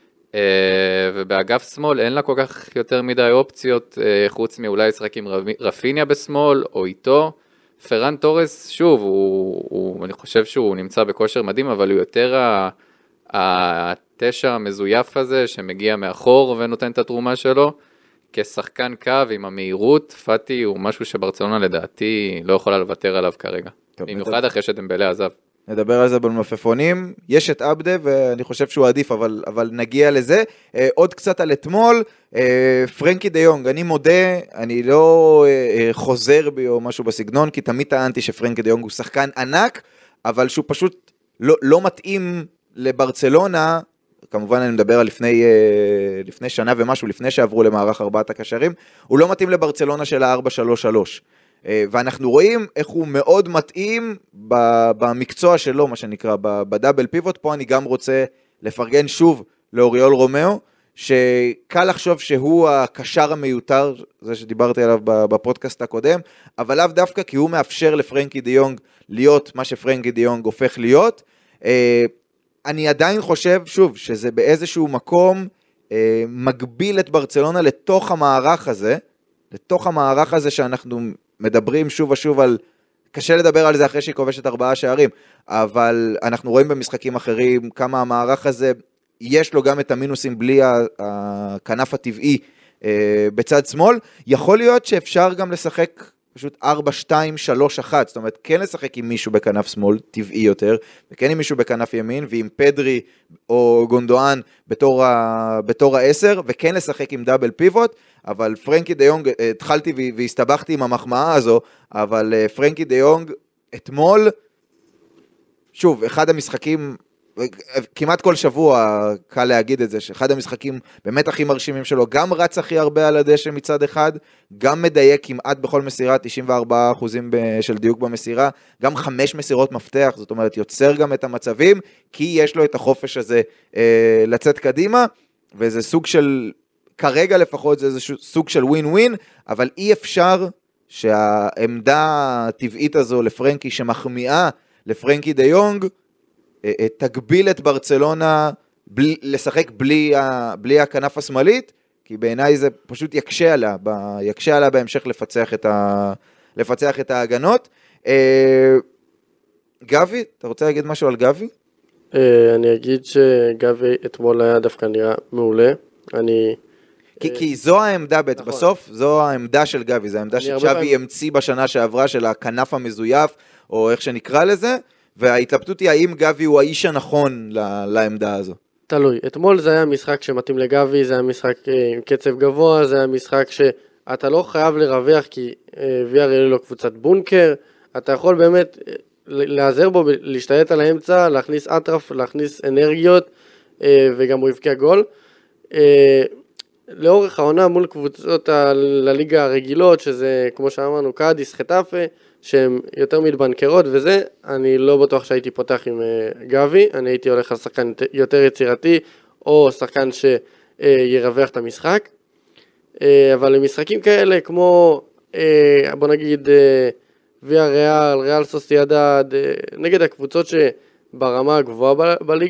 ובאגף שמאל אין לה כל כך יותר מדי אופציות, חוץ מאולי לשחק עם רפיניה בשמאל או איתו. פרן טורס, שוב, הוא, הוא, אני חושב שהוא נמצא בכושר מדהים, אבל הוא יותר התשע המזויף הזה שמגיע מאחור ונותן את התרומה שלו. כשחקן קו עם המהירות, פאטי הוא משהו שברצלונה לדעתי לא יכולה לוותר עליו כרגע. טוב, במיוחד נדבר. אחרי שדמבלה עזב. נדבר על זה במלפפונים, יש את אבדה ואני חושב שהוא עדיף, אבל, אבל נגיע לזה. אה, עוד קצת על אתמול, אה, פרנקי דה יונג, אני מודה, אני לא אה, חוזר בי או משהו בסגנון, כי תמיד טענתי שפרנקי דה יונג הוא שחקן ענק, אבל שהוא פשוט לא, לא מתאים לברצלונה, כמובן אני מדבר על לפני, לפני שנה ומשהו, לפני שעברו למערך ארבעת הקשרים, הוא לא מתאים לברצלונה של ה-ארבע שלוש שלוש. ואנחנו רואים איך הוא מאוד מתאים במקצוע שלו, מה שנקרא, בדאבל פיבוט. פה אני גם רוצה לפרגן שוב לאוריול רומאו, שקל לחשוב שהוא הקשר המיותר, זה שדיברתי עליו בפודקאסט הקודם, אבל לאו דווקא כי הוא מאפשר לפרנקי דה יונג להיות מה שפרנקי דה יונג הופך להיות. אני עדיין חושב, שוב, שזה באיזשהו מקום אה, מגביל את ברצלונה לתוך המערך הזה, לתוך המערך הזה שאנחנו מדברים שוב ושוב על, קשה לדבר על זה אחרי שהיא כובשת ארבעה שערים, אבל אנחנו רואים במשחקים אחרים כמה המערך הזה, יש לו גם את המינוסים בלי הכנף הטבעי אה, בצד שמאל, יכול להיות שאפשר גם לשחק פשוט ארבע שתיים שלוש אחת, זאת אומרת, כן לשחק עם מישהו בכנף שמאל, טבעי יותר, וכן עם מישהו בכנף ימין, ועם פדרי או גונדואן בתור, ה... בתור העשר, וכן לשחק עם דאבל פיבוט, אבל פרנקי דה יונג, התחלתי והסתבכתי עם המחמאה הזו, אבל פרנקי דה יונג, אתמול, שוב, אחד המשחקים, כמעט כל שבוע קל להגיד את זה, שאחד המשחקים באמת הכי מרשימים שלו, גם רץ הכי הרבה על הדשא מצד אחד, גם מדייק כמעט בכל מסירה, תשעים וארבעה אחוזים של דיוק במסירה, גם חמש מסירות מפתח, זאת אומרת יוצר גם את המצבים, כי יש לו את החופש הזה אה, לצאת קדימה, וזה סוג של, כרגע לפחות זה איזשהו סוג של ווין ווין, אבל אי אפשר שהעמדה הטבעית הזו לפרנקי שמחמיאה לפרנקי דה יונג, תגביל את ברצלונה בלי, לשחק בלי, בלי הכנף השמאלית, כי בעיניי זה פשוט יקשה עליה, יקשה עליה בהמשך לפצח את, ה, לפצח את ההגנות. גבי, אתה רוצה להגיד משהו על גבי? אני אגיד שגבי אתמול היה דווקא נראה מעולה. אני... כי, כי זו העמדה, נכון. בסוף זו העמדה של גבי, זו העמדה שגבי פעם... המציא בשנה שעברה של הכנף המזויף, או איך שנקרא לזה, וההתלבטות היא האם גבי הוא האיש הנכון לעמדה הזו. תלוי, אתמול זה היה משחק שמתאים לגבי, זה היה משחק עם קצב גבוה, זה היה משחק שאתה לא חייב לרווח, כי ויאריאל לא קבוצת בונקר, אתה יכול באמת לעזר בו, להשתלט על האמצע, להכניס אטרף, להכניס אנרגיות, וגם הוא יבקיע גול. לאורך העונה מול קבוצות לליגה הרגילות, שזה כמו שאמרנו, קאדיס, חטאפה, שהן יותר מתבנקרות וזה, אני לא בטוח שהייתי פותח עם גבי, אני הייתי הולך על שחקן יותר יצירתי, או שחקן שירווח את המשחק, אבל למשחקים כאלה כמו, בוא נגיד, ויה ריאל, ריאל סוסיידד, נגד הקבוצות שברמה הגבוהה בליגה,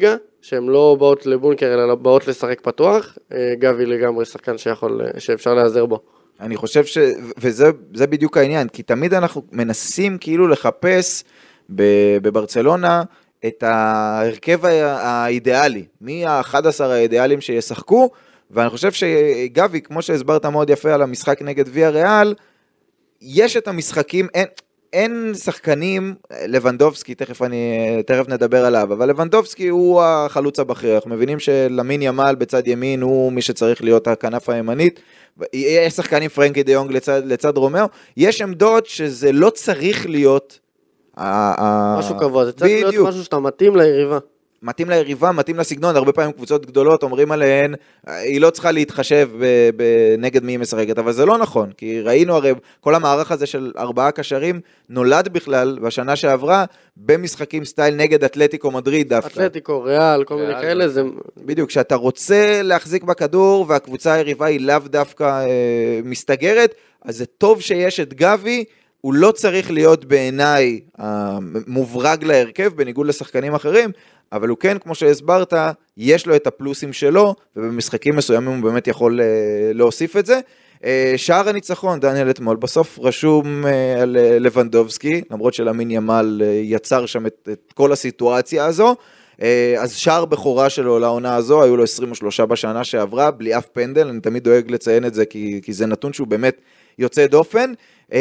שהן לא באות לבונקר, אלא באות לשחק פתוח, גבי לגמרי שחקן שיכול, שאפשר להיעזר בו. אני חושב ש... וזה זה בדיוק העניין, כי תמיד אנחנו מנסים כאילו לחפש בברצלונה את ההרכב האידיאלי, מי ה-אחד עשר האידיאלים שישחקו, ואני חושב שגבי, כמו שהסברת מאוד יפה על המשחק נגד ויה ריאל, יש את המשחקים, אין, אין שחקנים, לבנדובסקי, תכף, אני, תכף נדבר עליו, אבל לבנדובסקי הוא החלוץ הבכיר, אנחנו מבינים שלמין ימל בצד ימין הוא מי שצריך להיות הכנף הימנית, יש שחקנים פרנקי דיונג לצד, לצד רומאו, יש עמדות שזה לא צריך להיות, משהו קבוע, זה צריך להיות משהו שאתה מתאים ליריבה. מתאים ליריבה, מתאים לסגנון, הרבה פעמים קבוצות גדולות אומרים עליהן, היא לא צריכה להתחשב נגד מי היא משחקת, אבל זה לא נכון, כי ראינו הרי כל המערך הזה של ארבעה קשרים, נולד בכלל בשנה שעברה, במשחקים סטייל נגד אתלטיקו מדריד דווקא. אתלטיקו, ריאל, כל מיני כאלה, זה... בדיוק, כשאתה רוצה להחזיק בכדור, והקבוצה היריבה היא לאו דווקא אה, מסתגרת, אז זה טוב שיש את גבי, הוא לא צריך להיות בעיניי מוברג להרכב, בניגוד לשחקנים אחרים, אבל הוא כן, כמו שהסברת, יש לו את הפלוסים שלו, ובמשחקים מסוימים הוא באמת יכול להוסיף את זה. שער הניצחון, דניאל אתמול, בסוף רשום על לבנדובסקי, למרות שלמין ימל יצר שם את, את כל הסיטואציה הזו, אז שער בכורה שלו לעונה הזו, היו לו עשרים ושלוש בשנה שעברה, בלי אף פנדל, אני תמיד דואג לציין את זה, כי, כי זה נתון שהוא באמת יוצא דופן,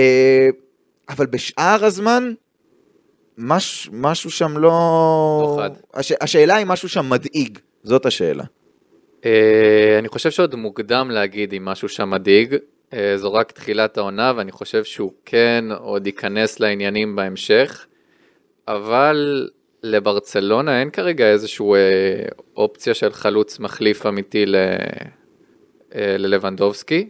אבל בשאר הזמן, מש, משהו שם לא... לא חד. הש, השאלה היא משהו שם מדאיג, זאת השאלה. אני חושב שעוד מוקדם להגיד אם משהו שם מדאיג, זו רק תחילת העונה, ואני חושב שהוא כן עוד ייכנס לעניינים בהמשך, אבל לברצלונה אין כרגע איזשהו אופציה של חלוץ מחליף אמיתי ללבנדובסקי,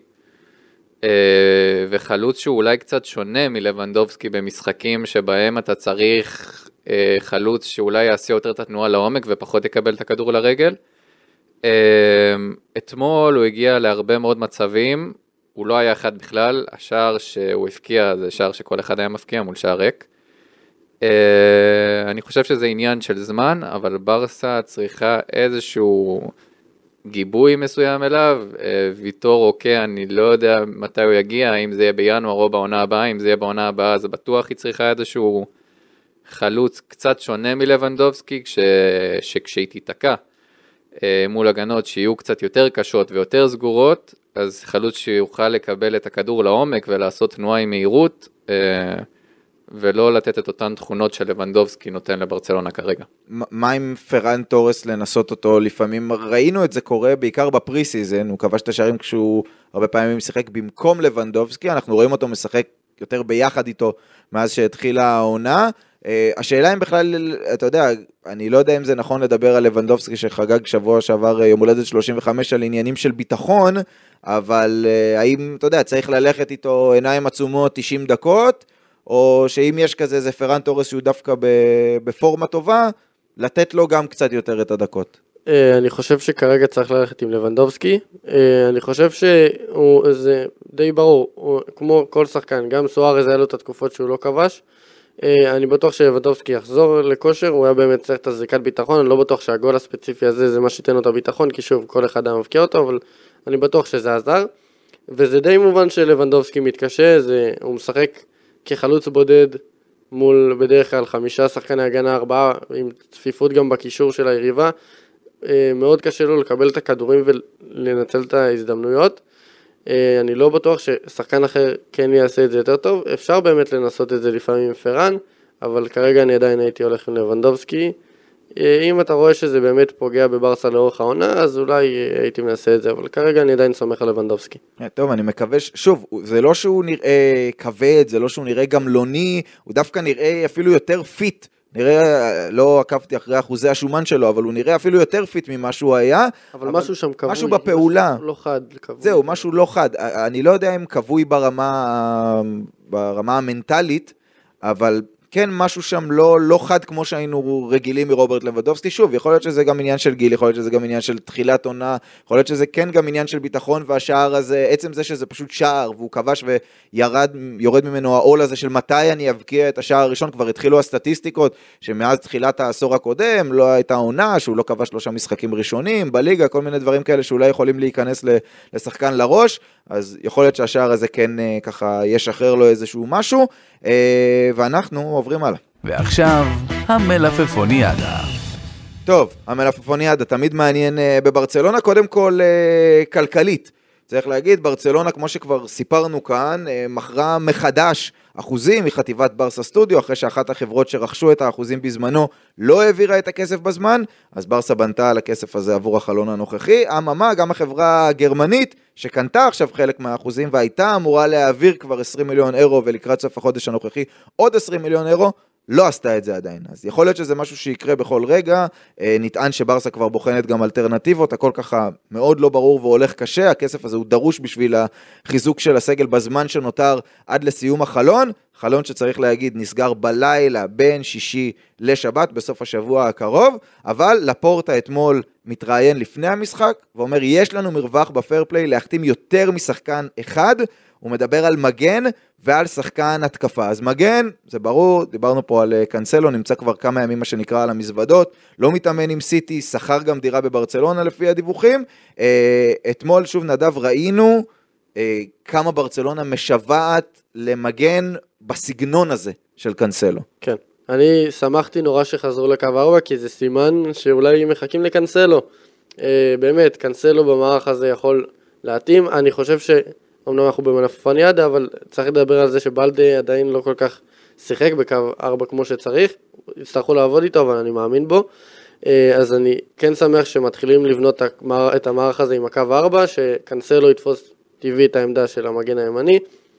וחלוץ שהוא אולי קצת שונה מלבנדובסקי במשחקים שבהם אתה צריך חלוץ שאולי יעשה יותר את התנועה לעומק ופחות יקבל את הכדור לרגל. אתמול הוא הגיע להרבה מאוד מצבים, הוא לא היה אחד בכלל, השער שהוא הפקיע זה שער שכל אחד היה מפקיע מול שער ריק. אני חושב שזה עניין של זמן, אבל ברסה צריכה איזשהו גיבוי מסוים אליו, ויטור אוקיי, אני לא יודע מתי הוא יגיע, אם זה יהיה בינואר או בעונה הבאה, אם זה יהיה בעונה הבאה, אז בטוח היא צריכה איזשהו חלוץ קצת שונה מלבנדובסקי, כש, שכשהיא תיתקע מול הגנות שיהיו קצת יותר קשות ויותר סגורות, אז חלוץ שיוכל לקבל את הכדור לעומק ולעשות תנועה עם מהירות, ולא לתת את אותן תכונות שלבנדובסקי נותן לברצלונה כרגע. מה עם פרן טורס לנסות אותו? לפעמים ראינו את זה קורה, בעיקר בפרי-סיזן, הוא כבש את השערים כשהוא הרבה פעמים משחק במקום לבנדובסקי, אנחנו רואים אותו משחק יותר ביחד איתו מאז שהתחילה העונה. השאלה אם בכלל, אתה יודע, אני לא יודע אם זה נכון לדבר על לבנדובסקי שחגג שבוע שעבר יום הולדת שלושים וחמש על עניינים של ביטחון, אבל האם, אתה יודע, צריך ללכת איתו עיניים עצומות תשעים דקות, או שאם יש כזה, זה פרן טורס שהוא דווקא בפורמה טובה, לתת לו גם קצת יותר את הדקות. אני חושב שכרגע צריך ללכת עם לבנדובסקי, אני חושב שזה די ברור, כמו כל שחקן, גם סוארז היה לו את התקופות שהוא לא כבש, אני בטוח שלבנדובסקי יחזור לכושר, הוא היה באמת צריך את הזריקת ביטחון, אני לא בטוח שהגול הספציפי הזה זה מה שייתן לו את הביטחון, כי שוב כל אחד היה מבקיע אותו, אבל אני בטוח שזה עזר, וזה די מובן שלבנדובסקי מתקשה, זה, הוא משחק כחלוץ בודד מול בדרך כלל חמישה שחקני הגנה, ארבעה, עם צפיפות גם בקישור של היריבה, מאוד קשה לו לקבל את הכדורים ולנצל את ההזדמנויות. אני לא בטוח ששחקן אחר כן יעשה את זה יותר טוב, אפשר באמת לנסות את זה לפעמים עם פרן, אבל כרגע אני עדיין הייתי הולך עם לבנדובסקי. אם אתה רואה שזה באמת פוגע בברסה לאורך העונה, אז אולי הייתי מנסה את זה, אבל כרגע אני עדיין סומך על לבנדובסקי. טוב, אני מקווה, שוב, זה לא שהוא נראה כבד, זה לא שהוא נראה גמלוני, הוא דווקא נראה אפילו יותר פיט, נראה, לא עקבתי אחרי אחוזי השומן שלו, אבל הוא נראה אפילו יותר פיט ממה שהוא היה. אבל, אבל משהו שם קבוי. משהו בפעולה. משהו לא חד. קבוי. זהו, משהו לא חד. אני לא יודע אם קבוי ברמה, ברמה המנטלית, אבל כן משהו שם לא, לא חד כמו שהיינו רגילים מרוברט לבדובסקי, שוב, יכול להיות שזה גם עניין של גיל, יכול להיות שזה גם עניין של תחילת עונה, יכול להיות שזה כן גם עניין של ביטחון, והשער הזה, עצם זה שזה פשוט שער, והוא כבש וירד, יורד ממנו העול הזה של מתי אני אבקיע את השער הראשון, כבר התחילו הסטטיסטיקות, שמאז תחילת העשור הקודם, לא הייתה עונה, שהוא לא כבש שלושה משחקים ראשונים, בליגה, כל מיני דברים כאלה שאולי יכולים להיכנס לשחקן לראש, אז יכול להיות שהשער הזה כן ככה ישחרר לו איזשהו משהו, ואנחנו עוברים הלאה. ועכשיו, המלפפוניאדה. טוב, המלפפוניאדה תמיד מעניין בברצלונה, קודם כל כלכלית. צריך להגיד, ברצלונה, כמו שכבר סיפרנו כאן, מכרה מחדש אחוזים מחטיבת ברסה סטודיו, אחרי שאחת החברות שרכשו את האחוזים בזמנו לא העבירה את הכסף בזמן, אז ברסה בנתה על הכסף הזה עבור החלון הנוכחי. אממה, גם החברה הגרמנית, שקנתה עכשיו חלק מהאחוזים, והייתה אמורה להעביר כבר עשרים מיליון אירו, ולקראת סוף החודש הנוכחי עוד עשרים מיליון אירו, לא עשתה את זה עדיין. אז יכול להיות שזה משהו שיקרה בכל רגע, נטען שברסה כבר בוחנת גם אלטרנטיבות, הכל ככה מאוד לא ברור והולך קשה, הכסף הזה הוא דרוש בשביל החיזוק של הסגל בזמן שנותר עד לסיום החלון, חלון שצריך להגיד נסגר בלילה בין שישי לשבת בסוף השבוע הקרוב, אבל לפורטה אתמול מתראיין לפני המשחק, ואומר יש לנו מרווח בפיירפליי להחתים יותר משחקן אחד, הוא מדבר על מגן ועל שחקן התקפה. אז מגן, זה ברור, דיברנו פה על קנסלו, נמצא כבר כמה ימים מה שנקרא על המזוודות, לא מתאמן עם סיטי, שכר גם דירה בברצלונה לפי הדיווחים. אתמול שוב נדב ראינו כמה ברצלונה משוועת למגן בסגנון הזה של קנסלו. כן, אני שמחתי נורא שחזרו לקו ארבע, כי זה סימן שאולי מחכים לקנסלו. באמת, קנסלו במערך הזה יכול להתאים, אני חושב ש... אמנם אנחנו במלפפוניאדה, אבל צריך לדבר על זה שבלדה עדיין לא כל כך שיחק בקו ארבע כמו שצריך, יצטרכו לעבוד איתו, אבל אני מאמין בו. אז אני כן שמח שמתחילים לבנות את המערך הזה עם הקו ארבע, שקנסלו יתפוס טבעי את העמדה של המגן הימני,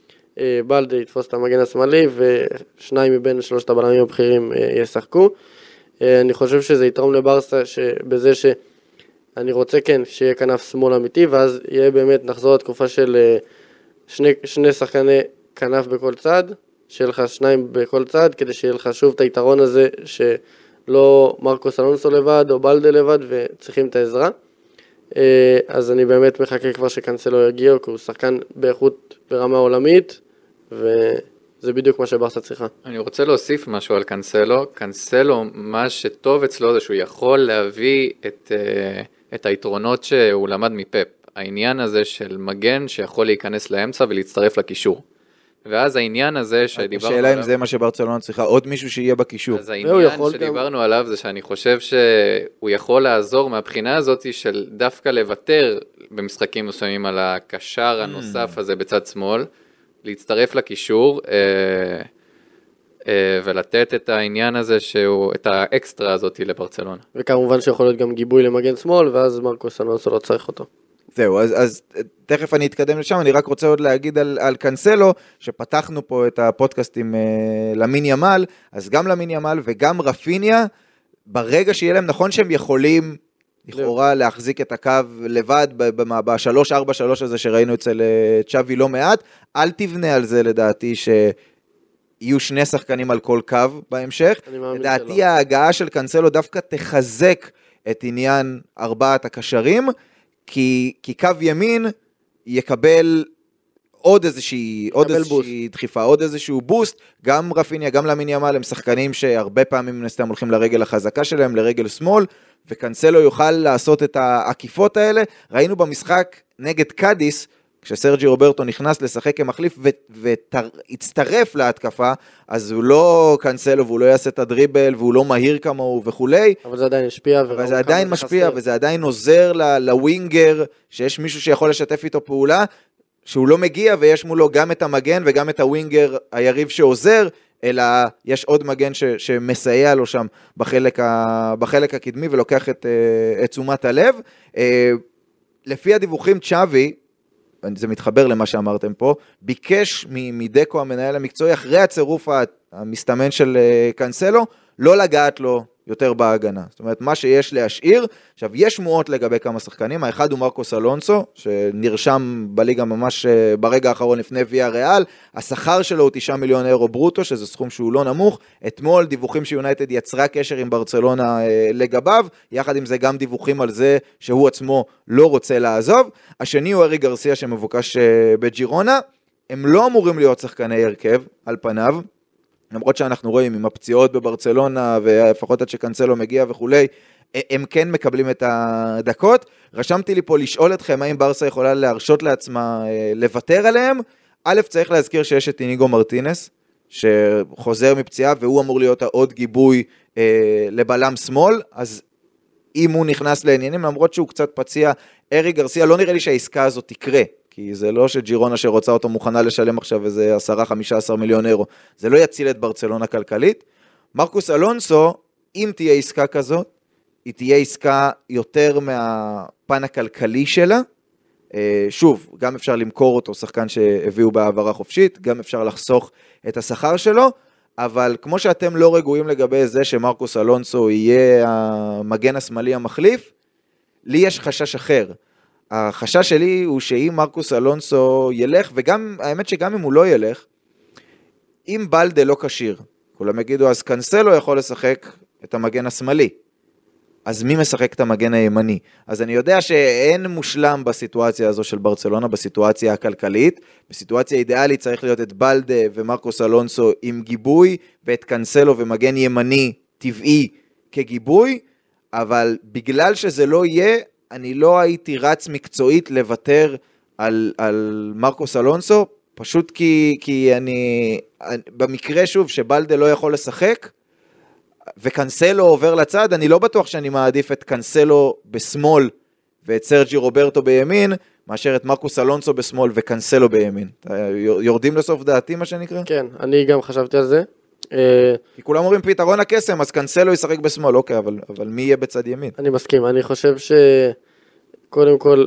בלדה יתפוס את המגן השמאלי, ושניים מבין שלושת הבלמים הבכירים ישחקו. אני חושב שזה יתרום לברסה בזה ש... אני רוצה כן שיהיה כנף שמאל אמיתי, ואז יהיה באמת נחזור לתקופה של שני, שני שחקני כנף בכל צד, שיהיה לך שניים בכל צד, כדי שיהיה לך שוב את היתרון הזה, שלא מרקוס אלונסו לבד או בלדה לבד, וצריכים את העזרה. אז אני באמת מחכה כבר שקנסלו יגיע, כי הוא שחקן באיכות ברמה עולמית, וזה בדיוק מה שברסה צריכה. אני רוצה להוסיף משהו על קנסלו. קנסלו, מה שטוב אצלו זה שהוא יכול להביא את... את היתרונות שהוא למד מפפ, העניין הזה של מגן שיכול להיכנס לאמצע ולהצטרף לקישור. ואז העניין הזה שדיברנו עליו... השאלה אם זה מה שברצלונה צריכה, עוד מישהו שיהיה בקישור. אז העניין שדיברנו גם... עליו זה שאני חושב שהוא יכול לעזור מהבחינה הזאת של דווקא לוותר במשחקים מסוימים על הקשר הנוסף הזה בצד שמאל, להצטרף לקישור, ולתת את העניין הזה, שהוא, את האקסטרה הזאת לברצלונה. וכמובן שיכול להיות גם גיבוי למגן שמאל, ואז מרקוס אלונסו לא צריך אותו. זהו, אז, אז תכף אני אתקדם לשם, אני רק רוצה עוד להגיד על, על קנסלו, שפתחנו פה את הפודקאסט עם uh, למין ימל, אז גם למין ימל וגם רפיניה, ברגע שיהיה להם נכון שהם יכולים, לכאורה להחזיק את הקו לבד, ב-שלוש ארבע שלוש הזה שראינו אצל צ'אבי לא מעט, אל תבנה על זה לדעתי ש... יהיו שני שחקנים על כל קו בהמשך. לדעתי ההגעה של קנסלו דווקא תחזק את עניין ארבעת הקשרים, כי, כי קו ימין יקבל עוד איזושהי, עוד איזושהי דחיפה, עוד איזשהו בוסט, גם רפיניה, גם למין ימל, הם שחקנים שהרבה פעמים נסתם הולכים לרגל החזקה שלהם, לרגל שמאל, וקנסלו יוכל לעשות את העקיפות האלה. ראינו במשחק נגד קאדיס, כשסרג'י רוברטו נכנס לשחק כמחליף והצטרף להתקפה, אז הוא לא קנסלו והוא לא יעשה את הדריבל והוא לא מהיר כמוהו וכולי. אבל זה עדיין משפיע. וזה עדיין משפיע וזה עדיין עוזר לווינגר, שיש מישהו שיכול לשתף איתו פעולה, שהוא לא מגיע ויש מולו גם את המגן וגם את הווינגר היריב שעוזר, אלא יש עוד מגן ש, שמסייע לו שם בחלק, ה, בחלק הקדמי ולוקח את, את תשומת הלב. לפי הדיווחים צ'אבי, זה מתחבר למה שאמרתם פה, ביקש מדקו המנהל המקצועי, אחרי הצירוף המסתמן של קנסלו, לא לגעת לו יותר בהגנה. זאת אומרת, מה שיש להשאיר, עכשיו, יש שמועות לגבי כמה שחקנים, האחד הוא מרקוס אלונסו, שנרשם בליגה ממש ברגע האחרון לפני ויה ריאל, השכר שלו הוא תשעה מיליון אירו ברוטו, שזה סכום שהוא לא נמוך, אתמול דיווחים שיונייטד יצרה קשר עם ברצלונה לגביו, יחד עם זה גם דיווחים על זה שהוא עצמו לא רוצה לעזוב, השני הוא ארי גרסיה שמבוקש בג'ירונה, הם לא אמורים להיות שחקני הרכב על פניו, למרות שאנחנו רואים עם הפציעות בברצלונה, ולפחות עד שקנסלו מגיע וכולי, הם כן מקבלים את הדקות. רשמתי לי פה לשאול אתכם, האם ברסה יכולה להרשות לעצמה לוותר עליהם? א', צריך להזכיר שיש את איניגו מרטינס, שחוזר מפציעה, והוא אמור להיות העוד גיבוי לבלם שמאל, אז אם הוא נכנס לעניינים, למרות שהוא קצת פציע, ארי גרסיה, לא נראה לי שהעסקה הזאת תקרה, כי זה לא שג'ירונה שרוצה אותו מוכנה לשלם עכשיו איזה עשרה חמישה עשר מיליון אירו, זה לא יציל את ברצלונה כלכלית. מרקוס אלונסו, אם תהיה עסקה כזאת, היא תהיה עסקה יותר מהפן הכלכלי שלה, שוב, גם אפשר למכור אותו שחקן שהביאו בעברה חופשית, גם אפשר לחסוך את השכר שלו, אבל כמו שאתם לא רגועים לגבי זה שמרקוס אלונסו יהיה המגן השמאלי המחליף, לי יש חשש אחר. החשש שלי הוא שאם מרקוס אלונסו ילך, וגם, האמת שגם אם הוא לא ילך, אם בלדה לא קשיר, כולם יגידו, אז קנסלו יכול לשחק את המגן השמאלי, אז מי משחק את המגן הימני? אז אני יודע שאין מושלם בסיטואציה הזו של ברצלונה, בסיטואציה הכלכלית, בסיטואציה אידיאלית צריך להיות את בלדה ומרקוס אלונסו עם גיבוי, ואת קנסלו ומגן ימני טבעי כגיבוי, אבל בגלל שזה לא יהיה, אני לא הייתי רץ מקצועית לוותר על, על מרקוס אלונסו, פשוט כי, כי אני, במקרה שוב שבלדה לא יכול לשחק, וקנסלו עובר לצד, אני לא בטוח שאני מעדיף את קנסלו בשמאל, ואת סרג'י רוברטו בימין, מאשר את מרקוס אלונסו בשמאל וקנסלו בימין. יורדים לסוף דעתי מה שנקרא? כן, אני גם חשבתי על זה. כי כולם אומרים פתרון הקסם, אז קנסלו ישחק בשמאל, אוקיי, אבל, אבל מי יהיה בצד ימין? אני מסכים, אני חושב שקודם כל,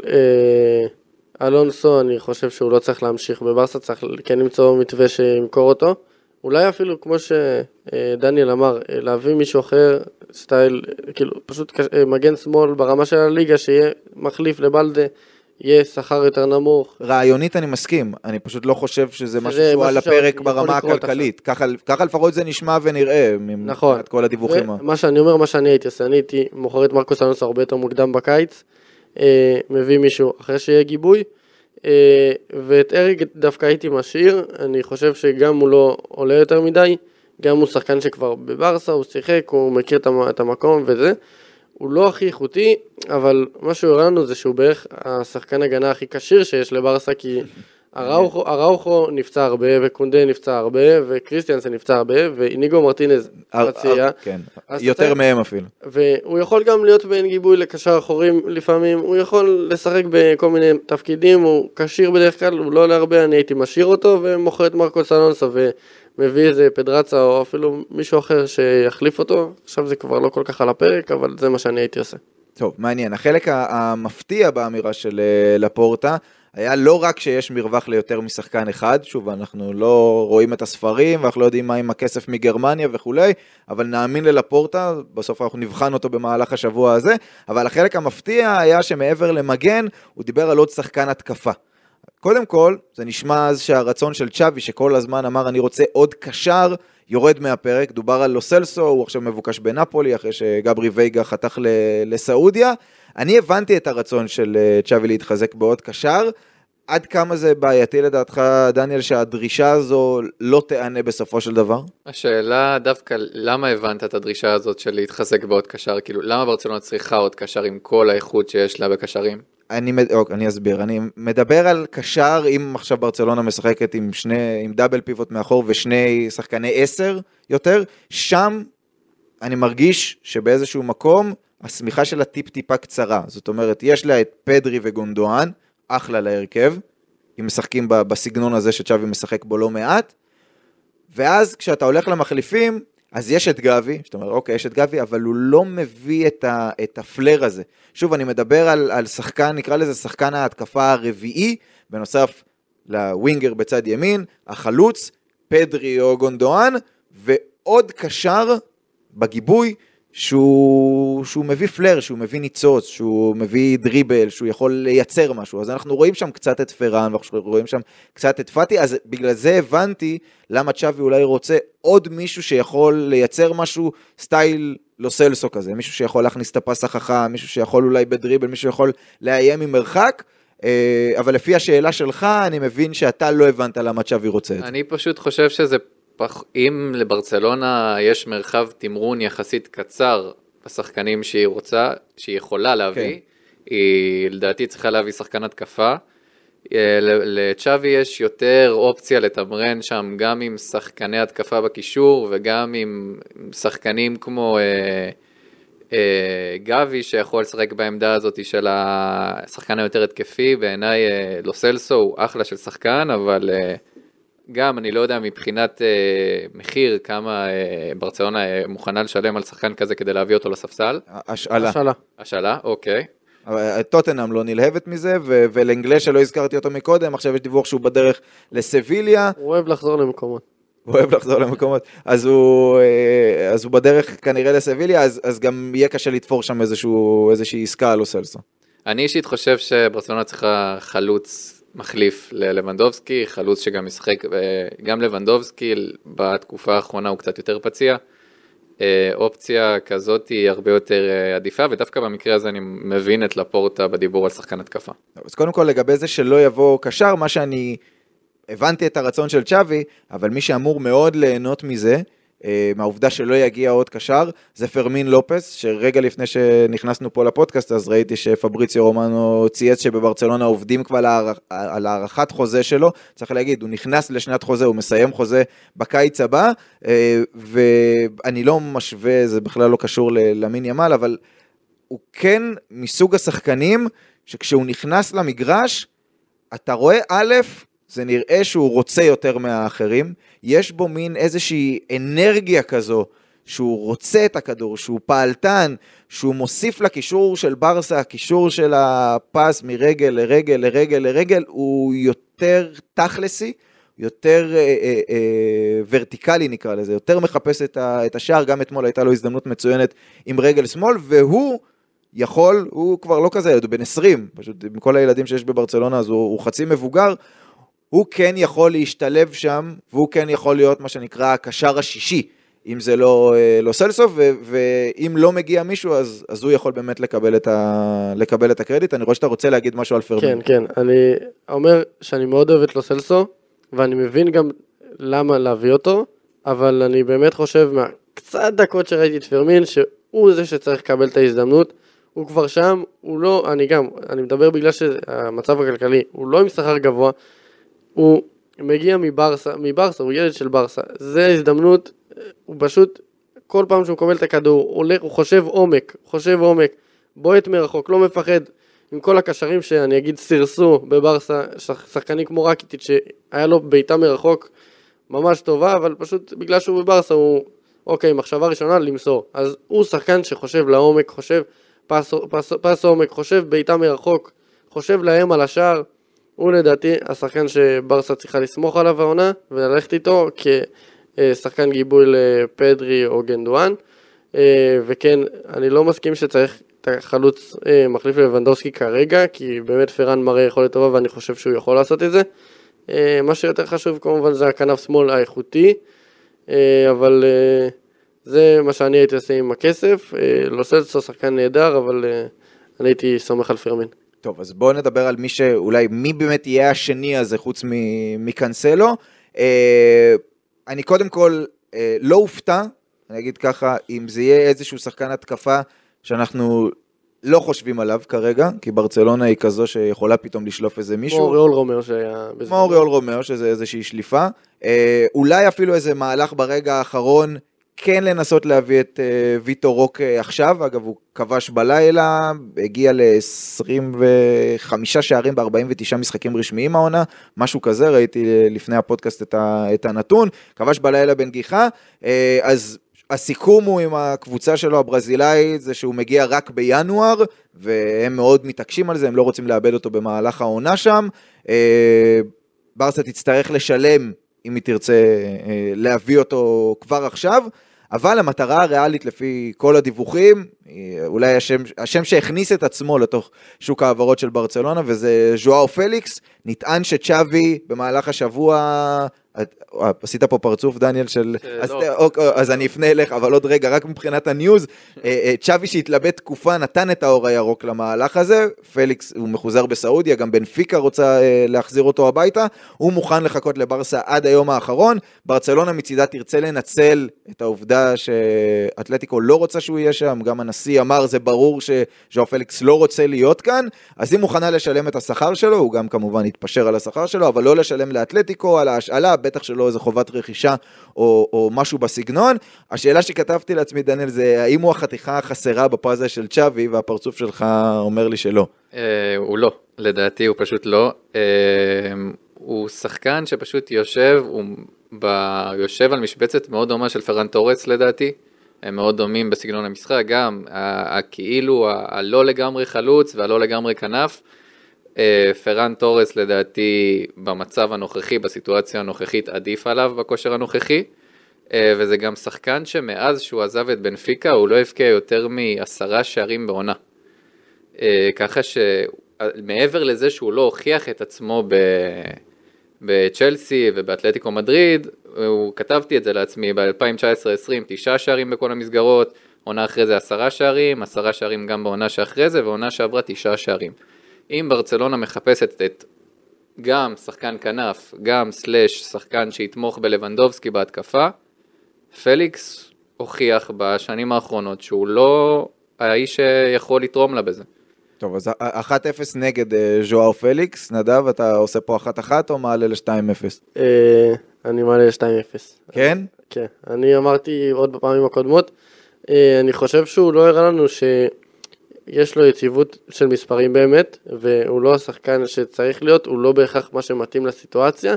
אלונסו, אני חושב שהוא לא צריך להמשיך בברסה, צריך כן למצוא מתווה שימכור אותו, אולי אפילו כמו שדניאל אמר, להביא מישהו אחר, סטייל, כאילו, פשוט מגן שמאל ברמה של הליגה, שיהיה מחליף לבלדה, יהיה שכר יותר נמוך. רעיונית אני מסכים, אני פשוט לא חושב שזה משהו שהוא על הפרק ברמה הכלכלית, ככה לפחות זה נשמע ונראה, נכון, את כל הדיווחים. מה שאני אומר, מה שאני הייתי עושה, אני הייתי מוכר את מרקוס אלונסו הרבה יותר מוקדם בקיץ, מביא מישהו אחרי שיהיה גיבוי, ואת אריק דווקא הייתי משאיר, אני חושב שגם הוא לא עולה יותר מדי, גם הוא שחקן שכבר בברסה, הוא שיחק, הוא מכיר את המקום וזה, הוא לא הכי איכותי, אבל מה שהוא הראה לנו זה שהוא בערך השחקן הגנה הכי קשיר שיש לברסה, כי אראוחו נפצע הרבה, וקונדה נפצע הרבה, וקריסטיאנסן נפצע הרבה, ואיניגו מרטינז פציע. כן, יותר מהם אפילו. והוא יכול גם להיות בין גיבוי לקשר אחורים לפעמים, הוא יכול לשחק בכל מיני תפקידים, הוא קשיר בדרך כלל, הוא לא עולה הרבה, אני הייתי משאיר אותו, ומוכר את מרקוס אלונסו, ומביא איזה פדרצה, או אפילו מישהו אחר שיחליף אותו, עכשיו זה כבר לא כל כך על הפרק, אבל זה מה שאני הייתי עושה. טוב, מעניין. החלק המפתיע באמירה של לפורטה, היה לא רק שיש מרווח ליותר משחקן אחד, שוב, אנחנו לא רואים את הספרים, ואנחנו לא יודעים מה עם הכסף מגרמניה וכולי, אבל נאמין ללפורטה, בסוף אנחנו נבחן אותו במהלך השבוע הזה, אבל החלק המפתיע היה שמעבר למגן, הוא דיבר על עוד שחקן התקפה. קודם כל, זה נשמע אז שהרצון של צ'אבי, שכל הזמן אמר אני רוצה עוד קשר, יורד מהפרק, דובר על לוסלסו, הוא עכשיו מבוקש בנפולי, אחרי שגברי וייגה חתך לסעודיה, אני הבנתי את הרצון של צ'אבי להתחזק בעוד קשר, עד כמה זה בעייתי לדעתך, דניאל, שהדרישה הזו לא תענה בסופו של דבר? השאלה דווקא, למה הבנת את הדרישה הזאת של להתחזק בעוד קשר? כאילו, למה ברצלונה צריכה עוד קשר עם כל האיכות שיש לה בקשרים? אני, אני אסביר, אני מדבר על קשר, אם עכשיו ברצלונה משחקת עם, שני, עם דאבל פיבוט מאחור ושני שחקני עשר יותר, שם אני מרגיש שבאיזשהו מקום, הסמיכה שלה טיפ-טיפה קצרה, זאת אומרת, יש לה את פדרי וגונדואן, אחלה להרכב, אם משחקים בסגנון הזה שצ'אבי משחק בו לא מעט, ואז כשאתה הולך למחליפים, אז יש את גבי, שאתה אומר, אוקיי, יש את גבי, אבל הוא לא מביא את, ה, את הפלר הזה. שוב, אני מדבר על, על שחקן, נקרא לזה שחקן ההתקפה הרביעי, בנוסף לווינגר בצד ימין, החלוץ, פדרי או גונדואן, ועוד קשר בגיבוי, שהוא, שהוא מביא פלר, שהוא מביא ניצוץ, שהוא מביא דריבל, שהוא יכול לייצר משהו. אז אנחנו רואים שם קצת את פרן, ואנחנו רואים שם קצת את פאטי, אז בגלל זה הבנתי למה צ'אבי אולי רוצה עוד מישהו שיכול לייצר משהו, סטייל לא סלסו כזה, מישהו שיכול להכניס את הפס החכם, מישהו שיכול אולי בדריבל, מישהו שיכול לאיים ממרחק, אבל לפי השאלה שלך, אני מבין שאתה לא הבנת למה צ'אבי רוצה את זה. אני פשוט חושב שזה פח... אם לברצלונה יש מרחב תמרון יחסית קצר בשחקנים שהיא רוצה, שהיא יכולה להביא, כן. היא לדעתי צריכה להביא שחקן התקפה, לצ'אבי יש יותר אופציה לתמרן שם, גם עם שחקני התקפה בקישור, וגם עם שחקנים כמו אה, אה, גבי, שיכול לשחק בעמדה הזאת של השחקן היותר התקפי, בעיניי אה, לא סלסו הוא אחלה של שחקן, אבל אה, גם אני לא יודע מבחינת אה, מחיר, כמה אה, ברצלונה אה, מוכנה לשלם על שחקן כזה כדי להביא אותו לספסל. השאלה. השאלה. השאלה, אוקיי. טוטנהאם לא נלהבת מזה, ולאנגלה שלא הזכרתי אותו מקודם, עכשיו יש דיווח שהוא בדרך לסביליה. הוא אוהב לחזור למקומות. הוא אוהב לחזור למקומות, אז הוא, אז הוא בדרך כנראה לסביליה, אז, אז גם יהיה קשה לתפור שם איזשהו, איזושהי עסקה על סלסו. אני אישית חושב שברצלונה צריכה חלוץ מחליף ללבנדובסקי, חלוץ שגם משחק, גם לבנדובסקי בתקופה האחרונה הוא קצת יותר פציע, אופציה כזאת היא הרבה יותר עדיפה, ודווקא במקרה הזה אני מבין את לפורטה בדיבור על שחקן התקפה. אז קודם כל לגבי זה שלא יבוא קשר, מה שאני הבנתי את הרצון של צ'אבי, אבל מי שאמור מאוד ליהנות מזה, מהעובדה שלא יגיע עוד קשר, זה פרמין לופס, שרגע לפני שנכנסנו פה לפודקאסט, אז ראיתי שפבריציו רומנו צייץ שבברצלונה עובדים כבר על הערכת חוזה שלו, צריך להגיד, הוא נכנס לשנת חוזה, הוא מסיים חוזה בקיץ הבא, ואני לא משווה, זה בכלל לא קשור למין ימל, אבל הוא כן מסוג השחקנים, שכשהוא נכנס למגרש, אתה רואה א', זה נראה שהוא רוצה יותר מהאחרים, יש בו מין איזושהי אנרגיה כזו, שהוא רוצה את הכדור, שהוא פעלתן, שהוא מוסיף לקישור של ברסה, הקישור של הפס מרגל לרגל לרגל לרגל, הוא יותר תכלסי, יותר אה, אה, אה, ורטיקלי נקרא לזה, יותר מחפש את, ה, את השער, גם אתמול הייתה לו הזדמנות מצוינת עם רגל שמאל, והוא יכול, הוא כבר לא כזה, הוא בן עשרים, פשוט עם כל הילדים שיש בברצלונה, אז הוא, הוא חצי מבוגר, הוא כן יכול להשתלב שם, והוא כן יכול להיות מה שנקרא הקשר השישי, אם זה לא, לא סלסו, ו, ואם לא מגיע מישהו, אז, אז הוא יכול באמת לקבל את, ה, לקבל את הקרדיט. אני רואה שאתה רוצה להגיד משהו על פרמין. כן, כן, אני אומר שאני מאוד אוהב את לו סלסו, ואני מבין גם למה להביא אותו, אבל אני באמת חושב, מהקצת דקות שראיתי את פרמין, שהוא זה שצריך לקבל את ההזדמנות, הוא כבר שם, הוא לא, אני גם, אני מדבר בגלל שהמצב הכלכלי, הוא לא עם שכר גבוה, הוא מגיע מברסה, מברסה, הוא ילד של ברסה, זה הזדמנות, הוא פשוט, כל פעם שהוא מקבל את הכדור, הוא הולך, הוא חושב עומק, חושב עומק, בועט מרחוק, לא מפחד, עם כל הקשרים שאני אגיד סירסו בברסה, שחקנים כמו רקיטיץ' שהיה לו בעיטה מרחוק ממש טובה, אבל פשוט בגלל שהוא בברסה, הוא, אוקיי, מחשבה ראשונה למסור, אז הוא שחקן שחושב לעומק, חושב פס, פס, פס עומק, חושב בעיטה מרחוק, חושב להם על השער, הוא לדעתי השחקן שברסה צריכה לסמוך עליו העונה, וללכת איתו כשחקן גיבוי לפדרי או גנדואן, וכן, אני לא מסכים שצריך את החלוץ מחליף לוונדובסקי כרגע, כי באמת פרן מראה יכולת טובה, ואני חושב שהוא יכול לעשות את זה. מה שיותר חשוב כמובן זה הכנף שמאל האיכותי, אבל זה מה שאני הייתי עושה עם הכסף, לא סלסו שחקן נהדר, אבל אני הייתי סומך על פרמין. טוב, אז בואו נדבר על מי שאולי, מי באמת יהיה השני הזה חוץ מקנסלו. אני קודם כל לא אופתע, אני אגיד ככה, אם זה יהיה איזשהו שחקן התקפה שאנחנו לא חושבים עליו כרגע, כי ברצלונה היא כזו שיכולה פתאום לשלוף איזה מישהו. כמו אוריול רומאו שהיה... כמו אוריול רומאו, שזה איזושהי שליפה. אולי אפילו איזה מהלך ברגע האחרון, כן לנסות להביא את uh, ויטור רוק uh, עכשיו, אגב הוא כבש בלילה, הגיע ל-עשרים וחמישה שערים ב-ארבעים ותשעה משחקים רשמיים העונה, משהו כזה, ראיתי לפני הפודקאסט את, ה- את הנתון, כבש בלילה בנגיחה, uh, אז הסיכום הוא עם הקבוצה שלו הברזילאית, זה שהוא מגיע רק בינואר, והם מאוד מתעקשים על זה, הם לא רוצים לאבד אותו במהלך העונה שם, uh, ברסה תצטרך לשלם, אם היא תרצה להביא אותו כבר עכשיו, אבל המטרה הריאלית לפי כל הדיווחים, אולי השם, השם שהכניס את עצמו לתוך שוק העברות של ברצלונה, וזה ז'ואאו פליקס. נטען שצ'אבי במהלך השבוע, עשית פה פרצוף דניאל של, אז, אז אני אפנה אליך, אבל עוד רגע, רק מבחינת הניוז, צ'אבי שהתלבט תקופה נתן את האור הירוק למהלך הזה, פליקס הוא מחוזר בסעודיה, גם בנפיקה רוצה להחזיר אותו הביתה, הוא מוכן לחכות לברסה עד היום האחרון, ברצלונה מצידה תרצה לנצל את העובדה שאתלטיקו לא רוצה שהוא יהיה שם, גם הנשיא אמר זה ברור שז'ואאו פליקס לא רוצה להיות כאן, אז היא מוכנה לשלם את השכר שלו, הוא גם כמובן יתפשר על השכר שלו, אבל לא לשלם לאתלטיקו, על ההשאלה, בטח שלא איזו חובת רכישה או, או משהו בסגנון. השאלה שכתבתי לעצמי, דניאל, זה האם הוא החתיכה החסרה בפאזל של צ'אבי, והפרצוף שלך אומר לי שלא. הוא לא, לדעתי הוא פשוט לא. הוא שחקן שפשוט יושב, הוא יושב על משבצת מאוד דומה של פרן טורס לדעתי, הם מאוד דומים בסגנון המשחק, גם כאילו הלא לגמרי חלוץ והלא לגמרי כנף, פרן טורס לדעתי במצב הנוכחי, בסיטואציה הנוכחית עדיף עליו בכושר הנוכחי, וזה גם שחקן שמאז שהוא עזב את בנפיקה הוא לא הבקיע יותר מעשרה שערים בעונה, ככה שמעבר לזה שהוא לא הוכיח את עצמו ב... בצ'לסי ובאתלטיקו מדריד, הוא כתבתי את זה לעצמי ב-אלפיים תשע עשרה עשרים, תשעה שערים בכל המסגרות, עונה אחרי זה עשרה שערים, עשרה שערים גם בעונה שאחרי זה, ועונה שעברה תשעה שערים. אם ברצלונה מחפשת את גם שחקן כנף, גם סלש שחקן שיתמוך בלבנדובסקי בהתקפה, פליקס הוכיח בשנים האחרונות שהוא לא האיש שיכול לתרום לה בזה. טוב, אז אחת אפס נגד ז'ואאו פליקס. נדב, אתה עושה פה אחת אחת או מעלה ל-שתיים אפס? אני מעלה ל-שתיים אפס. כן? כן, אני אמרתי עוד בפעמים הקודמות, אני חושב שהוא לא הראה לנו שיש לו יציבות של מספרים באמת, והוא לא השחקן שצריך להיות, הוא לא בהכרח מה שמתאים לסיטואציה,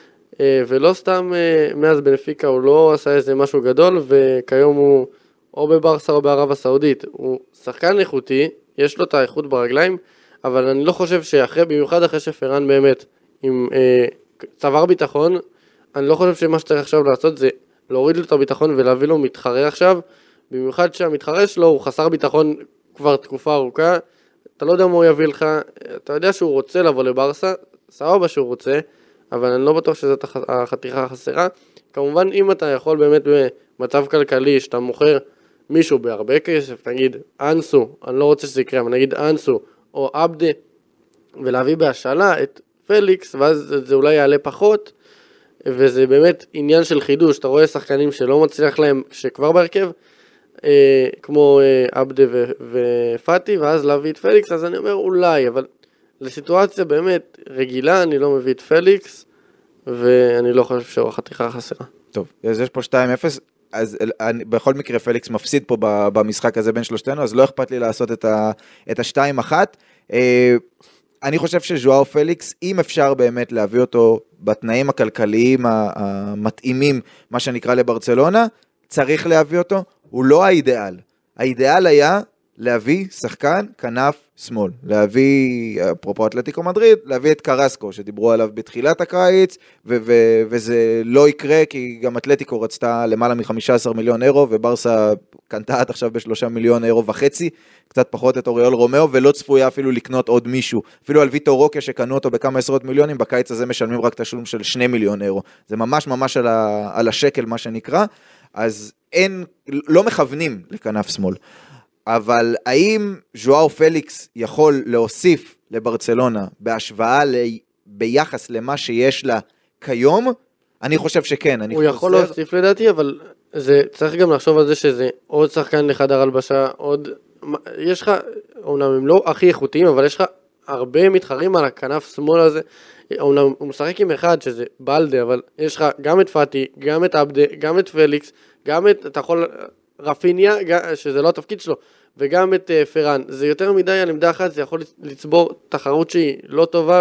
ולא סתם מאז בנפיקה הוא לא עשה איזה משהו גדול, וכיום הוא או בברסה או בערב הסעודית, הוא שחקן איכותי, יש לו את האיכות ברגליים, אבל אני לא חושב שאחרי, במיוחד אחרי שפרן באמת עם אה, צוואר ביטחון, אני לא חושב שמה שצריך עכשיו לעשות זה להוריד לו את הביטחון ולהביא לו מתחרה עכשיו, במיוחד שהמתחרה שלו הוא חסר ביטחון כבר תקופה ארוכה, אתה לא יודע מה הוא יביא לך, אתה יודע שהוא רוצה לבוא לברסה, סבבה שהוא רוצה, אבל אני לא בטוח שזאת החתיכה החסרה. כמובן אם אתה יכול באמת במצב כלכלי שאתה מוכר מישהו בהרבה כסף, נגיד אנסו, אני לא רוצה שזה יקרה, אבל נגיד אנסו או אבדה, ולהביא בהשאלה את פליקס, ואז זה אולי יעלה פחות, וזה באמת עניין של חידוש, אתה רואה שחקנים שלא מצליח להם, שכבר בהרכב, אה, כמו אה, אבדה ו- ופאטי, ואז להביא את פליקס, אז אני אומר אולי, אבל לסיטואציה באמת רגילה, אני לא מביא את פליקס, ואני לא חושב שהוא החתיכה החסרה. טוב, אז יש פה שתיים אפס, אז אני, בכל מקרה פליקס מפסיד פה במשחק הזה בין שלושתנו, אז לא אכפת לי לעשות את ה, את השתיים אחת. אה, אני חושב שז'ואאו פליקס, אם אפשר באמת להביא אותו בתנאים הכלכליים המתאימים, מה שנקרא לברצלונה, צריך להביא אותו, הוא לא האידאל. האידאל היה להביא שחקן כנף שמאל, להביא, אפרופו אתלטיקו מדריד, להביא את קרסקו, שדיברו עליו בתחילת הקיץ, ו- ו- וזה לא יקרה, כי גם אתלטיקו רצתה למעלה מ-חמישה עשר מיליון אירו, וברסה קנתה עד עכשיו בשלושה מיליון אירו וחצי, קצת פחות את אוריול רומאו, ולא צפויה אפילו לקנות עוד מישהו, אפילו על ויטור רוקה שקנו אותו בכמה עשרות מיליונים, בקיץ הזה משלמים רק תשלום של שני מיליון אירו, זה ממש ממש על, ה- על השקל מה שנקרא, אז אין, לא מכוונים לכנף שמאל. אבל האם ז'ואאו פליקס יכול להוסיף לברצלונה בהשוואה ל... ביחס למה שיש לה כיום? אני חושב שכן. אני הוא חוזר... יכול להוסיף לדעתי, אבל זה צריך גם לחשוב על זה שזה עוד שחקן לחדר הלבשה, עוד... יש לך, אומנם הם לא הכי איכותיים, אבל יש לך הרבה מתחרים על הכנף שמאל הזה, אומנם הוא משחק עם אחד שזה בלדה, אבל יש לך גם את פאטי, גם את אבדה, גם את פליקס, גם את, אתה יכול... רפיניה, שזה לא התפקיד שלו, וגם את uh, פרן, זה יותר מדי על עמדה אחת, זה יכול לצבור תחרות שהיא לא טובה,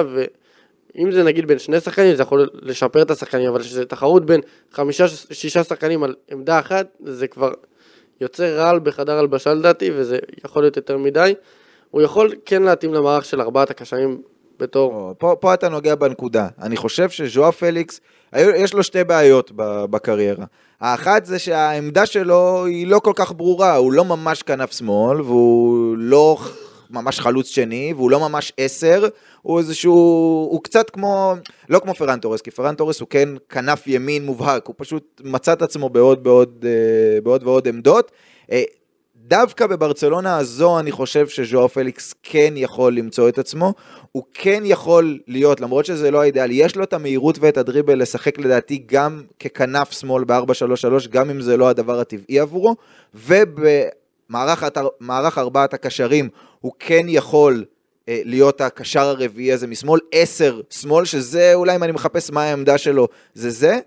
ואם זה נגיד בין שני שחקנים, זה יכול לשפר את השחקנים, אבל שזה תחרות בין חמישה, שישה שחקנים על עמדה אחת, זה כבר יוצר רעל בחדר הלבשה לדעתי, וזה יכול להיות יותר מדי. הוא יכול כן להתאים למערך של ארבעת הקשרים בתור... פה, פה אתה נוגע בנקודה. אני חושב שז'ואר פליקס, יש לו שתי בעיות בקריירה. האחת זה שהעמדה שלו היא לא כל כך ברורה, הוא לא ממש כנף שמאל, והוא לא ממש חלוץ שני, והוא לא ממש עשר, הוא איזשהו, הוא קצת כמו, לא כמו פרן טורס, כי פרן טורס הוא כן כנף ימין מובהק, הוא פשוט מצא את עצמו בעוד, בעוד, בעוד ועוד עמדות. דווקא בברצלונה הזו אני חושב שז'ואר פליקס כן יכול למצוא את עצמו, הוא כן יכול להיות, למרות שזה לא האידאל, יש לו את המהירות ואת הדריבל לשחק לדעתי גם ככנף שמאל ב-ארבע שלוש שלוש, גם אם זה לא הדבר הטבעי עבורו, ובמערך ארבעת הקשרים הוא כן יכול אה, להיות הקשר הרביעי הזה משמאל, עשר שמאל, שזה אולי אם אני מחפש מה העמדה שלו, זה זה,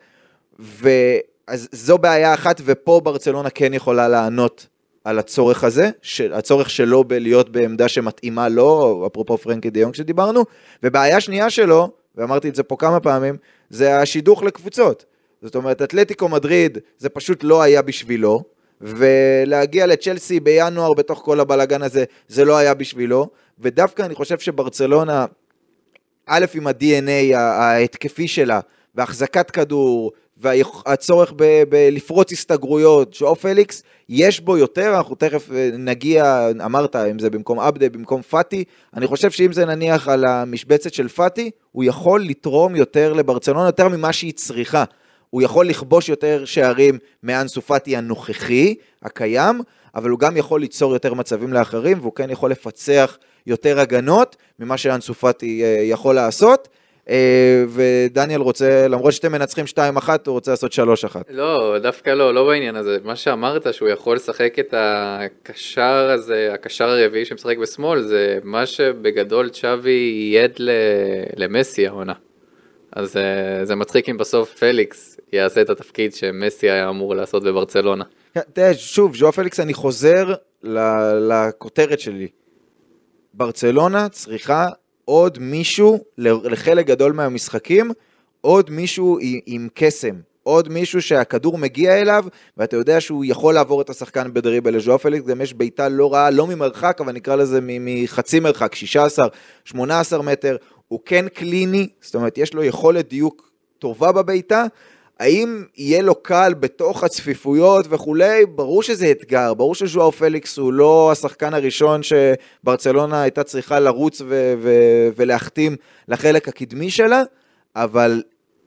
ואז זו בעיה אחת, ופה ברצלונה כן יכולה לענות על הצורך הזה, הצורך שלו בלהיות בעמדה שמתאימה לו, אפרופו פרנקי דיונג שדיברנו, ובעיה שנייה שלו, ואמרתי את זה פה כמה פעמים, זה השידוך לקבוצות. זאת אומרת, אתלטיקו מדריד, זה פשוט לא היה בשבילו, ולהגיע לצ'לסי בינואר בתוך כל הבלגן הזה, זה לא היה בשבילו, ודווקא אני חושב שברצלונה, א' עם ה-די אן איי ההתקפי שלה, והחזקת כדור, והצורך ב- ב- לפרוץ הסתגרויות, ז'ואר פליקס, יש בו יותר, אנחנו תכף נגיע, אמרת, אם זה במקום אבדה, במקום פאטי, אני חושב שאם זה נניח על המשבצת של פאטי, הוא יכול לתרום יותר לברצלונה, יותר ממה שהיא צריכה, הוא יכול לכבוש יותר שערים מאנסו פאטי הנוכחי, הקיים, אבל הוא גם יכול ליצור יותר מצבים לאחרים, והוא כן יכול לפצח יותר הגנות, ממה שאנסו פאטי יכול לעשות, ודניאל רוצה, למרות שאתם מנצחים שתיים אחת, הוא רוצה לעשות שלוש אחת. לא, דווקא לא, לא בעניין הזה. מה שאמרת, שהוא יכול לשחק את הקשר הזה, הקשר הרביעי שמשחק בשמאל, זה מה שבגדול צ'אבי יד למסי העונה. אז זה מצחיק אם בסוף פליקס יעשה את התפקיד שמסי היה אמור לעשות בברצלונה. תראה, שוב, ז'ואר פליקס, אני חוזר לכותרת שלי. ברצלונה צריכה עוד מישהו, לחלק גדול מהמשחקים, עוד מישהו עם קסם, עוד מישהו שהכדור מגיע אליו, ואתה יודע שהוא יכול לעבור את השחקן בדריבל. לז'ואר פליקס גם יש ביתה לא רעה, לא ממרחק, אבל נקרא לזה מחצי מרחק, שישה עשר, שמונה עשר מטר, הוא כן קליני, זאת אומרת, יש לו יכולת דיוק טובה בביתה, האם יהיה לו קל בתוך הצפיפויות וכולי, ברור שזה אתגר, ברור שז'ואר פליקס הוא לא השחקן הראשון שברצלונה הייתה צריכה לרוץ ו- ו- ולהחתים לחלק הקדמי שלה, אבל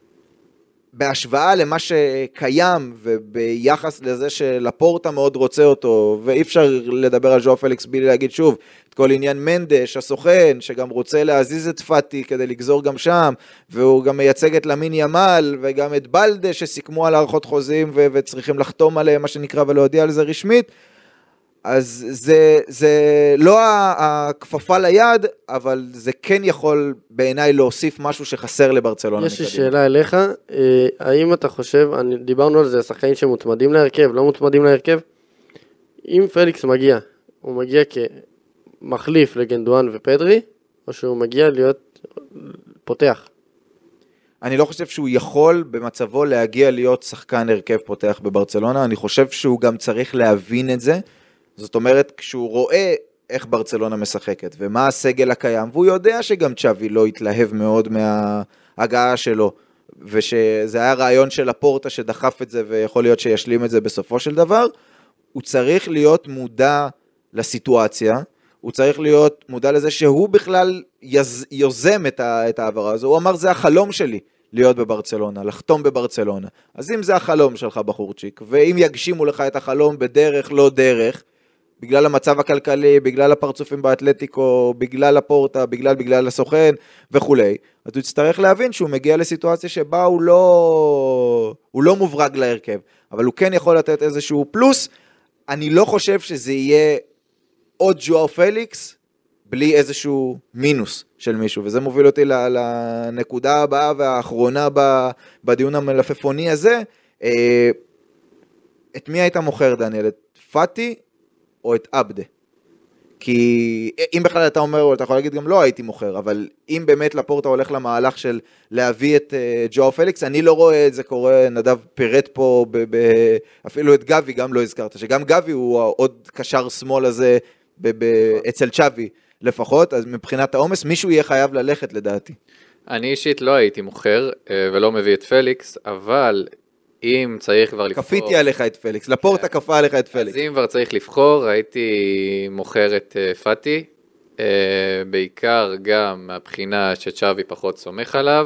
בהשוואה למה שקיים וביחס לזה שלפורטה מאוד רוצה אותו, ואי אפשר לדבר על ז'ואר פליקס בלי להגיד שוב, את כל עניין מנדש, הסוכן, שגם רוצה להזיז את פאטי כדי לגזור גם שם, והוא גם מייצג את למין ימל, וגם את בלדה שסיכמו על הערכות חוזים ו- וצריכים לחתום עליהם, מה שנקרא, ולהודיע על זה רשמית, אז זה, זה לא הכפפה ליד, אבל זה כן יכול בעיניי להוסיף משהו שחסר לברצלונה. יש לי שאלה אליך, האם אתה חושב, אני, דיברנו על זה, שחקנים שמותמדים להרכב, לא מותמדים להרכב, אם פליקס מגיע, הוא מגיע כמחליף לגנדואן ופדרי, או שהוא מגיע להיות פותח? אני לא חושב שהוא יכול במצבו להגיע להיות שחקן הרכב פותח בברצלונה, אני חושב שהוא גם צריך להבין את זה, זאת אומרת, כשהוא רואה איך ברצלונה משחקת, ומה הסגל הקיים, והוא יודע שגם צ'אבי לא התלהב מאוד מההגעה שלו, ושזה היה רעיון של הפורטה שדחף את זה, ויכול להיות שישלים את זה בסופו של דבר, הוא צריך להיות מודע לסיטואציה, הוא צריך להיות מודע לזה שהוא בכלל יז, יוזם את, ה, את העברה הזו, הוא אמר זה החלום שלי, להיות בברצלונה, לחתום בברצלונה, אז אם זה החלום שלך בחורצ'יק, ואם יגשימו לך את החלום בדרך לא דרך, בגלל המצב הכלכלי, בגלל הפרצופים באתלטיקו, בגלל הפורטה, בגלל, בגלל הסוכן וכולי, אז הוא יצטרך להבין שהוא מגיע לסיטואציה שבה הוא לא, הוא לא מוברג להרכב, אבל הוא כן יכול לתת איזשהו פלוס, אני לא חושב שזה יהיה עוד ז'ואר פליקס, בלי איזשהו מינוס של מישהו, וזה מוביל אותי לנקודה הבאה והאחרונה בדיון המלפפוני הזה, את מי היית מוכר דניאל? את פאטי או את אבדה? כי אם בכלל אתה אומר, או אתה יכול להגיד גם לא הייתי מוכר, אבל אם באמת לפורטה הולך למהלך של להביא את ז'ואר פליקס, אני לא רואה את זה קורה, נדב פירט פה, ב- ב- אפילו את גבי גם לא הזכרת, שגם גבי הוא עוד קשר שמאל הזה ב- ב- אצל צ'אבי, לפחות, אז מבחינת העומס, מישהו יהיה חייב ללכת לדעתי. אני אישית לא הייתי מוכר ולא מביא את פליקס, אבל אם צריך כבר לבחור... כפיתי עליך את פליקס, לפורטה כפה עליך את פליקס. אז אם כבר צריך לבחור, הייתי מוכר את פאטי, בעיקר גם מהבחינה שצ'אבי פחות סומך עליו,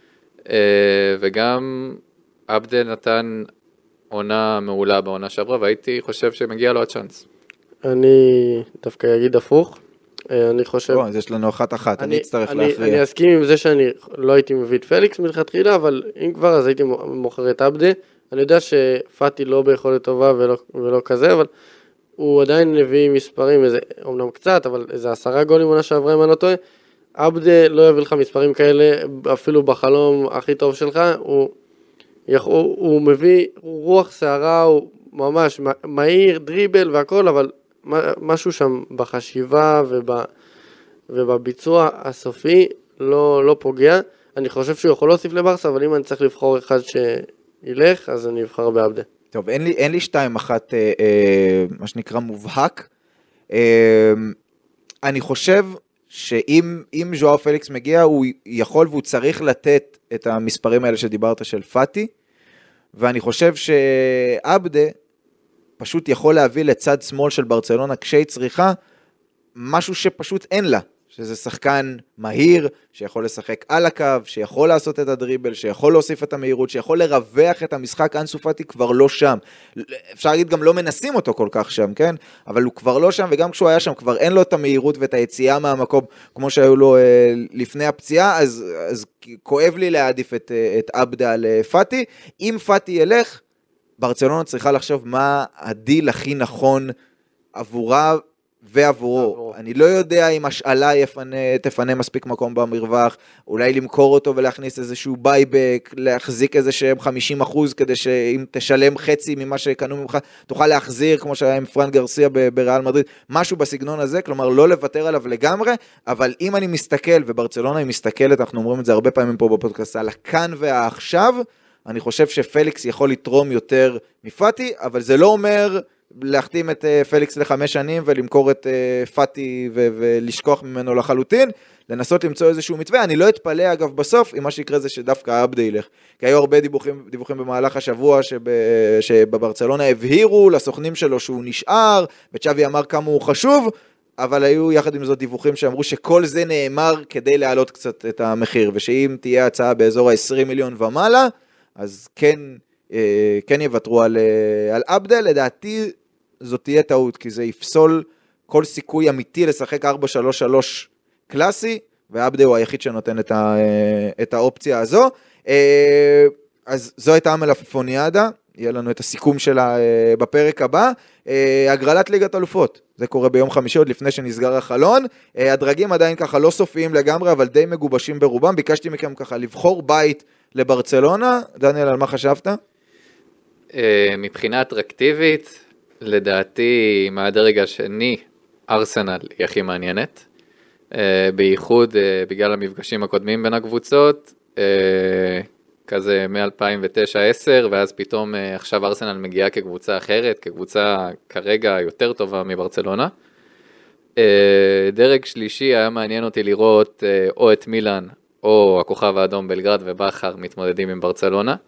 וגם עבדה נתן עונה מעולה בעונה שעברה, והייתי חושב שמגיע לו הצ'אנס. אני דווקא אגיד הפוך. אני חושב... או, אז יש לנו אחת אחת, אני אצטרך אני, להכריע. אני אסכים עם זה שאני לא הייתי מביא את פליקס מלכתחילה, אבל אם כבר אז הייתי מוכר את עבדה. אני יודע שפאטי לא ביכולת טובה ולא, ולא כזה, אבל הוא עדיין הביא מספרים, איזה, אומנם קצת, אבל איזה עשרה גולים עונה שעברה אם אני לא טועה. עבדה לא יביא לך מספרים כאלה, אפילו בחלום הכי טוב שלך, הוא, הוא, הוא מביא הוא רוח שערה, הוא ממש מהיר, דריבל והכל, אבל משהו שם בחשיבה וב, ובביצוע הסופי לא, לא פוגע. אני חושב שהוא יכול להוסיף לברסה, אבל אם אני צריך לבחור אחד שילך, אז אני אבחר בעבדה. טוב, אין לי, אין לי שתיים אחת, אה, אה, מה שנקרא מובהק. אה, אני חושב שאם אם ז'ואר פליקס מגיע, הוא יכול והוא צריך לתת את המספרים האלה שדיברת של פאטי, ואני חושב שעבדה פשוט יכול להביא לצד שמאל של ברצלונה כשהיא צריכה, משהו שפשוט אין לה, שזה שחקן מהיר, שיכול לשחק על הקו, שיכול לעשות את הדריבל, שיכול להוסיף את המהירות, שיכול לרווח את המשחק. אנסו פאטי כבר לא שם. אפשר להגיד גם לא מנסים אותו כל כך שם, כן? אבל הוא כבר לא שם, וגם כשהוא היה שם כבר אין לו את המהירות ואת היציאה מהמקום, כמו שהיו לו אה, לפני הפציעה, אז, אז כואב לי להעדיף את, את עבדה על פאטי. אם פאטי ילך, ברצלונה צריכה לחשוב מה הדיל הכי נכון עבורה ועבורו. אני לא יודע אם השאלה יפנה, תפנה מספיק מקום במרווח, אולי למכור אותו ולהכניס איזשהו בייבק, להחזיק איזה שהם חמישים אחוז, כדי שאם תשלם חצי ממה שקנו ממך, תוכל להחזיר, כמו שהיה עם פרן גרסיה בריאל מדריד, משהו בסגנון הזה, כלומר לא לוותר עליו לגמרי, אבל אם אני מסתכל, וברצלונה היא מסתכלת, אנחנו אומרים את זה הרבה פעמים פה בפודקאסט, על הכאן והעכשיו, אני חושב שפליקס יכול לתרום יותר מפאטי, אבל זה לא אומר להחתים את פליקס לחמש שנים ולמכור את פאטי ולשכוח ממנו לחלוטין, לנסות למצוא איזשהו מתווה. אני לא אתפלא אגב בסוף, אם מה שיקרה זה שדווקא עבדה ילך, כי היו הרבה דיווחים, דיווחים במהלך השבוע שבברצלונה הבהירו לסוכנים שלו שהוא נשאר, וצ'אבי אמר כמה הוא חשוב, אבל היו יחד עם זאת דיווחים שאמרו שכל זה נאמר כדי להעלות קצת את המחיר, ושאם תהיה הצעה באזור ה-עשרים מיליון ומעלה, אז כן, כן יוותרו על, על עבדה. לדעתי זאת תהיה טעות, כי זה יפסול כל סיכוי אמיתי לשחק ארבע שלוש שלוש קלאסי, ועבדה הוא היחיד שנותן את, ה, את האופציה הזו. אז זו הייתה המלפפוניאדה, יהיה לנו את הסיכום שלה בפרק הבא. הגרלת ליגת אלופות, זה קורה ביום חמישי עוד לפני שנסגר החלון. הדרגים עדיין ככה לא סופיים לגמרי, אבל די מגובשים ברובם. ביקשתי מכם ככה לבחור בית לברצלונה. דניאל, על מה חשבת? מבחינה אטרקטיבית, לדעתי מהדרג השני, ארסנל היא הכי מעניינת, בייחוד בגלל המפגשים הקודמים בין הקבוצות, כזה מ-אלפיים ותשע עשר, ואז פתאום עכשיו ארסנל מגיעה כקבוצה אחרת, כקבוצה כרגע יותר טובה מברצלונה. דרג שלישי היה מעניין אותי לראות או את מילאן, או הכוכב האדום בלגרד ובחר מתמודדים עם ברצלונה.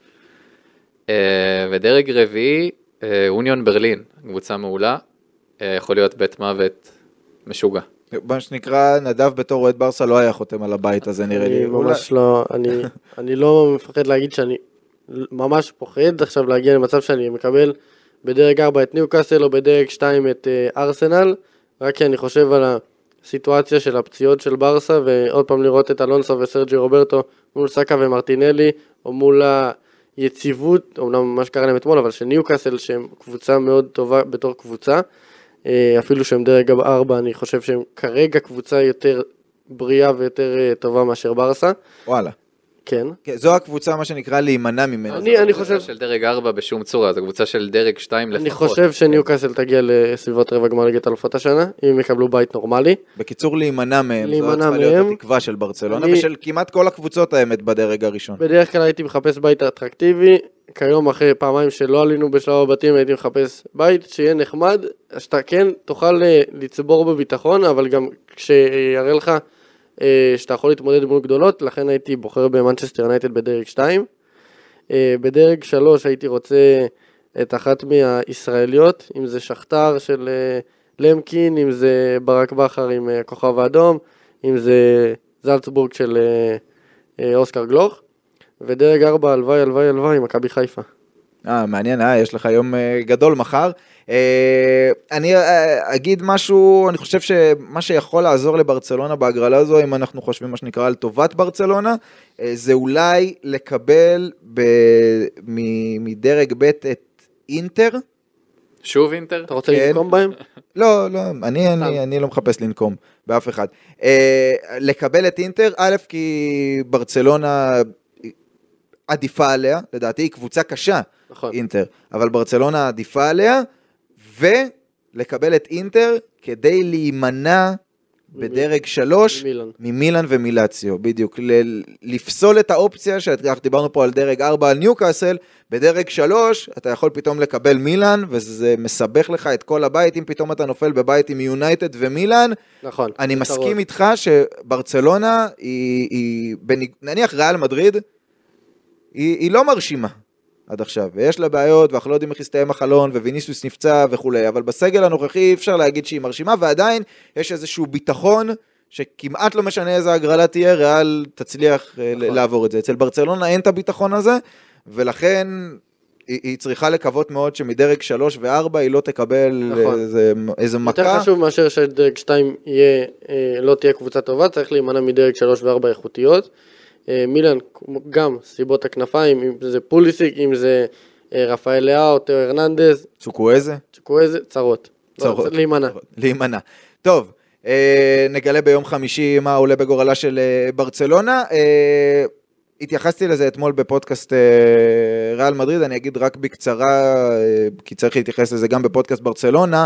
ודרג רביעי, אוניון ברלין, קבוצה מעולה, יכול להיות בית מוות משוגע. מה שנקרא, נדב בתור אוהד ברסה לא היה חותם על הבית הזה, נראה לי. אני ממש לא, אני, אני לא מפחד להגיד שאני ממש פוחד עכשיו להגיע למצב שאני מקבל בדרג ארבע את ניוקאסל או בדרג שתיים את ארסנל, רק כי אני חושב על הסיטואציה של הפציעות של ברסה, ועוד פעם לראות את אלונסו וסרג'י רוברטו מול סאקה ומרטינלי, או מול היציבות, אומנם מה שקרה להם אתמול, אבל של ניוקאסל שהם קבוצה מאוד טובה בתור קבוצה, אפילו שהם דרג ארבע, אני חושב שהם כרגע קבוצה יותר בריאה ויותר טובה מאשר ברסה. וואלה. כן. זו הקבוצה, מה שנקרא, להימנע ממנה. אני, אני חושב... של דרג ארבע בשום צורה, זו קבוצה של דרג שתיים לפחות. אני חושב שניוקאסל תגיע לסביבות רבע גמר ליגת אלופות השנה, אם הם יקבלו בית נורמלי. בקיצור, להימנע מהם. להימנע זו צריכה מהם. להיות התקווה של ברצלונה, אני... ושל כמעט כל הקבוצות האמת בדרג הראשון. בדרך כלל הייתי מחפש בית אטרקטיבי, כיום אחרי פעמיים שלא עלינו בשלב הבתים, הייתי מחפש בית שיהיה נחמד, שאתה כן תוכל לצבור בביטחון, אבל גם כשיראה לך שאתה יכול להתמודד מול גדולות, לכן הייתי בוחר במנצ'סטר יונייטד בדרג שתיים. בדרג שלוש הייתי רוצה את אחת מהישראליות, אם זה שכתר של למקין, אם זה ברק בכר עם כוכב האדום, אם זה זלצבורג של אוסקר גלוך, ודרג ארבע, הלוואי, הלוואי, הלוואי, מכבי חיפה. אה, מעניין, אה, יש לך יום אה, גדול מחר. אה, אני אה, אגיד משהו, אני חושב שמה שיכול לעזור לברצלונה בהגרלה הזו, אם אנחנו חושבים מה שנקרא על טובת ברצלונה, אה, זה אולי לקבל ב, מ, מדרג ב' את אינטר. שוב אינטר? אתה רוצה כן. לנקום בהם? לא, לא, אני, אני, אני לא מחפש לנקום באף אחד. אה, לקבל את אינטר, א', כי ברצלונה עדיפה עליה, לדעתי היא קבוצה קשה, נכון. אינטר, אבל ברצלונה עדיפה עליה, ולקבל את אינטר כדי להימנע בדרג שלוש, ממילן. ממילן ומילציו, בדיוק, ל- לפסול את האופציה, שדיברנו פה על דרג ארבע על ניוקאסל, בדרג שלוש אתה יכול פתאום לקבל מילן, וזה מסבך לך את כל הבית, אם פתאום אתה נופל בבית עם יונייטד ומילן, נכון. אני מסכים איתך שברצלונה היא, היא בניג... נניח ריאל מדריד, היא, היא לא מרשימה עד עכשיו, ויש לה בעיות, ואנחנו לא יודעים איך יסתיים החלון, וויניסיוס נפצע וכולי, אבל בסגל הנוכחי אפשר להגיד שהיא מרשימה, ועדיין יש איזשהו ביטחון, שכמעט לא משנה איזה הגרלה תהיה, ריאל תצליח נכון. לעבור את זה. אצל ברצלונה אין את הביטחון הזה, ולכן היא, היא צריכה לקוות מאוד שמדרג שלוש וארבע היא לא תקבל נכון. איזה, איזה מכה. יותר חשוב מאשר שדרג שתיים יהיה, לא תהיה קבוצה טובה, צריך להימנע מדרג שלוש וארבע איכותיות. מילן, גם סיבות הכנפיים, אם זה פוליסיק, אם זה רפאל לאו, תאו הרננדז. צ'וקואזה? צ'וקואזה, צרות. צרות. להימנע. להימנע. טוב, נגלה ביום חמישי מה עולה בגורלה של ברצלונה. התייחסתי לזה אתמול בפודקאסט ריאל מדריד, אני אגיד רק בקצרה, כי צריך להתייחס לזה גם בפודקאסט ברצלונה.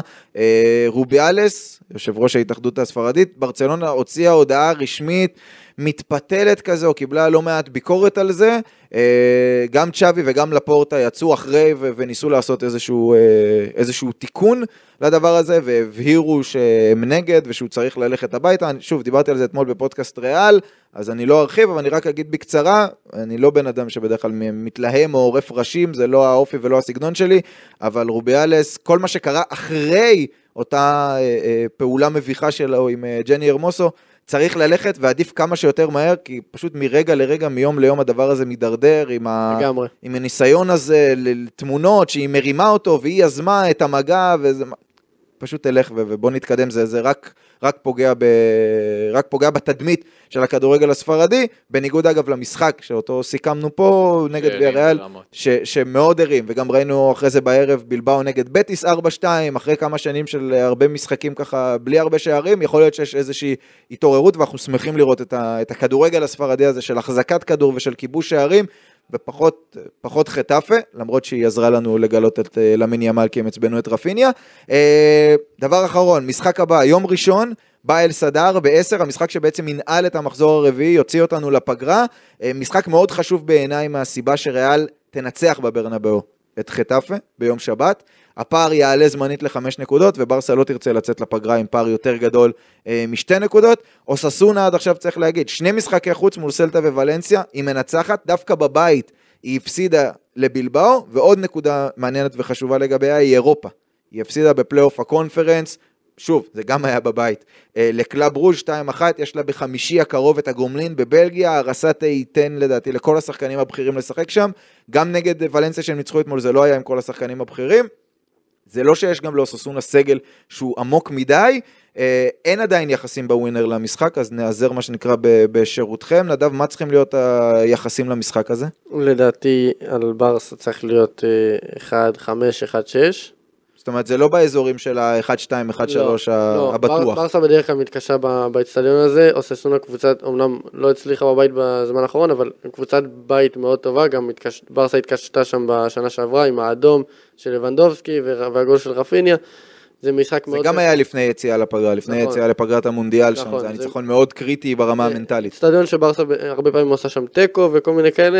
רוביאלס, יושב ראש ההתאחדות הספרדית, ברצלונה הוציאה הודעה רשמית, מתפתלת כזו, קיבלה לא מעט ביקורת על זה, גם צ'אבי וגם לפורטה יצאו אחרי וניסו לעשות איזשהו, איזשהו תיקון לדבר הזה, והבהירו שהם נגד ושהוא צריך ללכת הביתה. שוב, דיברתי על זה אתמול בפודקאסט ריאל, אז אני לא ארחיב, אבל אני רק אגיד בקצרה, אני לא בן אדם שבדרך כלל מתלהם או עורף ראשים, זה לא האופי ולא הסגנון שלי, אבל רוביאלס, כל מה שקרה אחרי אותה פעולה מביכה שלו עם ג'ני הרמוסו, צריך ללכת ועדיף כמה שיותר מהר, כי פשוט מרגע לרגע, מיום ליום הדבר הזה מדרדר, עם, ה... עם הניסיון הזה לתמונות, שהיא מרימה אותו, והיא יזמה את המגע, וזה פשוט תלך, ובוא נתקדם, זה, זה רק, רק, פוגע ב... רק פוגע בתדמית של הכדורגל הספרדי, בניגוד אגב למשחק, שאותו סיכמנו פה, נגד ויאריאל, ש... שמאוד הרים, וגם ראינו אחרי זה בערב, בלבאו נגד בטיס ארבע שתיים, אחרי כמה שנים של הרבה משחקים ככה, בלי הרבה שערים, יכול להיות שיש איזושהי התעוררות, ואנחנו שמחים לראות את, ה... את הכדורגל הספרדי הזה, של החזקת כדור ושל כיבוש שערים, ופחות פחות חטאפה, למרות שהיא עזרה לנו לגלות את למין ימל, כי הם הצבנו את רפיניה. דבר אחרון, משחק הבא, יום ראשון, בא אל סדר בעשר, המשחק שבעצם ינעל את המחזור הרביעי, יוציא אותנו לפגרה, משחק מאוד חשוב בעיניי מהסיבה שריאל תנצח בברנבאו את חטאפה ביום שבת, הפער יעלה זמנית לחמש נקודות, וברסה לא תרצה לצאת לפגרה עם פער יותר גדול אה, משתי נקודות. אוססונה עד עכשיו צריך להגיד, שני משחקי חוץ מול סלטה וולנסיה, היא מנצחת, דווקא בבית היא הפסידה לבלבאו, ועוד נקודה מעניינת וחשובה לגביה היא אירופה. היא הפסידה בפלייאוף הקונפרנס, שוב, זה גם היה בבית, אה, לקלאב רוז' שתיים אחת, יש לה בחמישי הקרוב את הגומלין בבלגיה, הרסת ייתן לדעתי לכל השחקנים הבכירים לשחק שם, גם נגד ולנסיה שהם ניצחו אתמול, זה לא היה עם כל השחקנים הבכירים, זה לא שיש גם לאוססונה סגל שהוא עמוק מדי, אה, אין עדיין יחסים בווינר למשחק, אז נעזר מה שנקרא בשירותכם. נדב, מה צריכים להיות היחסים למשחק הזה? לדעתי על ברסה צריך להיות אחד חמש, אחד שש. זאת אומרת, זה לא באזורים של ה-אחד שתיים, אחד שלוש לא, הבטוח. ברסה בדרך כלל מתקשה באצטדיון הזה, אוססונה קבוצת, אמנם לא הצליחה בבית בזמן האחרון, אבל קבוצת בית מאוד טובה, גם מתקש, ברסה התקשתה שם בשנה שעברה, עם האדום של לבנדובסקי והגול של רפיניה, זה משחק מאוד... זה גם היה לפני יציאה לפגרה, לפני יציאה לפגרת המונדיאל שם, זה ניצחון מאוד קריטי ברמה המנטלית. אצטדיון שברסה הרבה פעמים עושה שם טקו וכל מיני כאלה,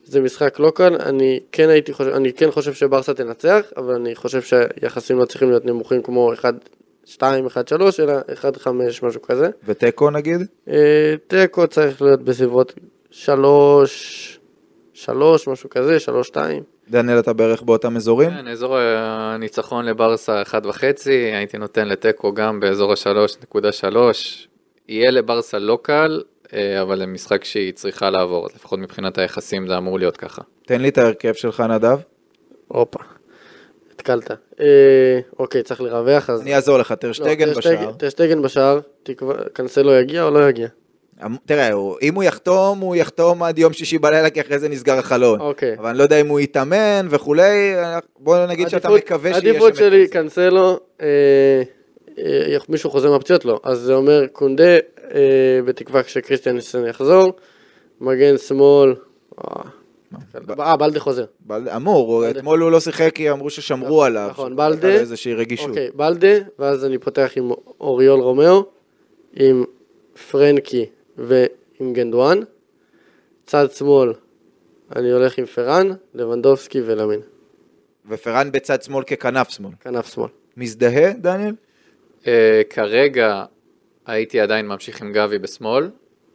זה משחק לא קל, אני כן הייתי חושב, אני כן חושב שברסה תנצח, אבל אני חושב שהיחסים לא צריכים להיות נמוכים כמו אחד שתיים, אחד שלוש, אלא אחד חמש, משהו כזה. וטקו נגיד? טקו צריך להיות בסביבות שלוש, שלוש, משהו כזה, שלוש, שתיים. דניאל, אתה בערך באותם אזורים? כן, אזור הניצחון לברסה אחד וחצי, הייתי נותן לטקו גם באזור השלוש נקודה שלוש. יהיה לברסה לא קל, אבל למשחק שהיא צריכה לעבור, אז לפחות מבחינת היחסים זה אמור להיות ככה. תן לי את ההרכב שלך, נדב. הופה, התקלת. אוקיי, צריך לרווח, אז... אני אעזור לך, טרשטגן בשער. טרשטגן בשער, קנסלו יגיע או לא יגיע? תראה, אם הוא יחתום, הוא יחתום עד יום שישי בלילה, כי אחרי זה נסגר החלון. אוקיי. אבל אני לא יודע אם הוא יתאמן וכולי, בוא נגיד שאתה מקווה שיהיה שם... עדיפות שלי, קנסלו, מישהו חוזר מהפציעות לו, אז זה אומר קונדה, בתקווה כשקריסטיאנסן יחזור, מגן שמאל, אה, בלדה חוזר. אמור, אתמול הוא לא שיחק כי אמרו ששמרו עליו. נכון, בלדה. איזושהי רגישות. אוקיי, בלדה, ואז אני פותח עם אוריול רומאו, עם פרנקי ועם גנדואן. צד שמאל, אני הולך עם פרן, לבנדובסקי ולמין. ופרן בצד שמאל ככנף שמאל. כנף שמאל. מזדהה, דניאל? כרגע הייתי עדיין ממשיך עם גבי בשמאל.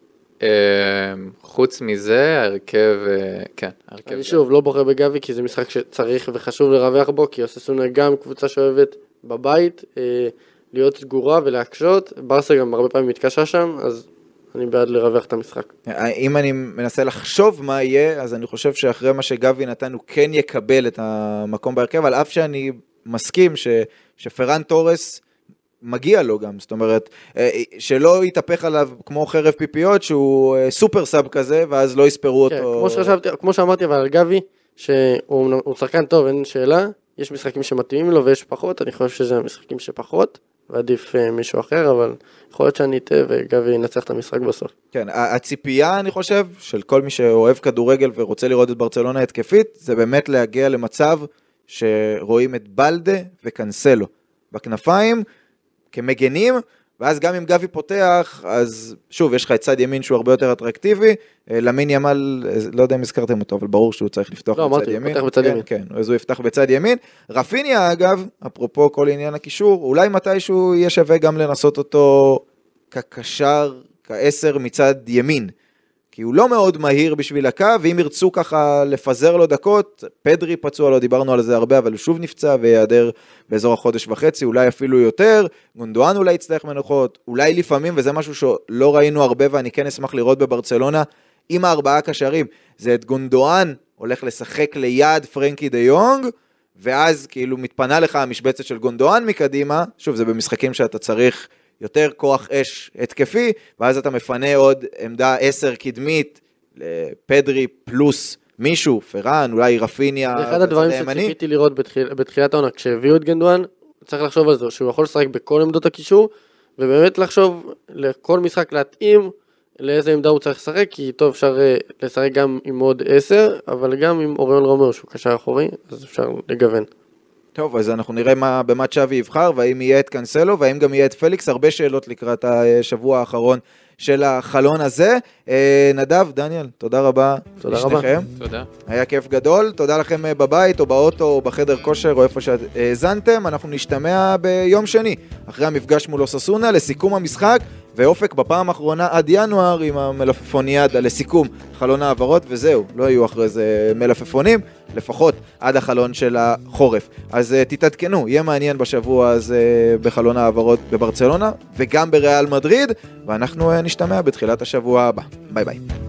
חוץ מזה, ההרכב, כן. אני שוב לא בוחר בגבי, כי זה משחק שצריך וחשוב לרווח בו, כי אוססונה גם קבוצה שאוהבת בבית, להיות סגורה ולהקשות. ברסה גם הרבה פעמים מתקשה שם, אז אני בעד לרווח את המשחק. אם אני מנסה לחשוב מה יהיה, אז אני חושב שאחרי מה שגבי נתן, הוא כן יקבל את המקום בהרכב, על אף שאני מסכים ש, שפרן טורס מגיע לו גם, זאת אומרת, שלא יתהפך עליו כמו חרב פיפיות, שהוא סופר סאב כזה, ואז לא יספרו כן, אותו. כמו שחשבתי, כמו שאמרתי, אבל על גבי, שהוא שחקן טוב, אין שאלה, יש משחקים שמתאימים לו ויש פחות, אני חושב שזה המשחקים שפחות, ועדיף מישהו אחר, אבל יכול להיות שאני אטעה וגבי ינצח את המשחק בסוף. כן, הציפייה, אני חושב, של כל מי שאוהב כדורגל ורוצה לראות את ברצלונה התקפית, זה באמת להגיע למצב שרואים את בלדה וקנסלו בכנפיים, כמגנים, ואז גם אם גבי פותח, אז שוב, יש לך את צד ימין שהוא הרבה יותר אטרקטיבי, למין ימל, לא יודע אם הזכרתם אותו, אבל ברור שהוא צריך לפתוח לא, בצד אמרתי, ימין. פותח בצד כן, ימין. כן, אז הוא יפתח בצד ימין. רפיניה, אגב, אפרופו כל עניין הקישור, אולי מתישהו יהיה שווה גם לנסות אותו כקשר, כעשר מצד ימין, כי הוא לא מאוד מהיר בשביל הקו, ואם ירצו ככה לפזר לו דקות, פדרי פצוע, לא דיברנו על זה הרבה, אבל הוא שוב נפצע ויעדר באזור החודש וחצי, אולי אפילו יותר, גונדואן אולי יצטרך מנוחות, אולי לפעמים, וזה משהו שלא ראינו הרבה, ואני כן אשמח לראות בברצלונה, עם הארבעה קשרים, זה את גונדואן, הולך לשחק ליד פרנקי דה יונג, ואז כאילו מתפנה לך המשבצת של גונדואן מקדימה, שוב, זה במשחקים שאתה צריך יותר כוח אש התקפי, ואז אתה מפנה עוד עמדה עשר קדמית, לפדרי פלוס מישהו, פרן, אולי רפיניה. זה אחד הדברים שציפיתי לראות בתחיל, בתחילת העונה, כשהביאו את גנדואן, צריך לחשוב על זה, שהוא יכול לשחק בכל עמדות הקישור, ובאמת לחשוב לכל משחק להתאים, לאיזה עמדה הוא צריך לשחק, כי טוב אפשר לשחק גם עם עוד עשר, אבל גם עם אוריון רומאו, שהוא קשר אחורי, אז אפשר לגוון. טוב, אז אנחנו נראה מה, במה צ'אבי יבחר, והאם יהיה את קנסלו, והאם גם יהיה את פליקס, הרבה שאלות לקראת השבוע האחרון של החלון הזה. נדב, דניאל, תודה רבה. תודה רבה. תודה. היה כיף גדול, תודה לכם בבית, או באוטו, או בחדר כושר, או איפה שהזנתם. אנחנו נשתמע ביום שני, אחרי המפגש מול אוססונה, לסיכום המשחק, ואופק בפעם האחרונה עד ינואר עם המלפפוניאדה לסיכום חלון העברות, וזהו, לא יהיו אחרי זה מלפפונים, לפחות עד החלון של החורף. אז uh, תתעדכנו, יהיה מעניין בשבוע הזה בחלון העברות בברצלונה, וגם בריאל מדריד, ואנחנו uh, נשתמע בתחילת השבוע הבא. ביי ביי.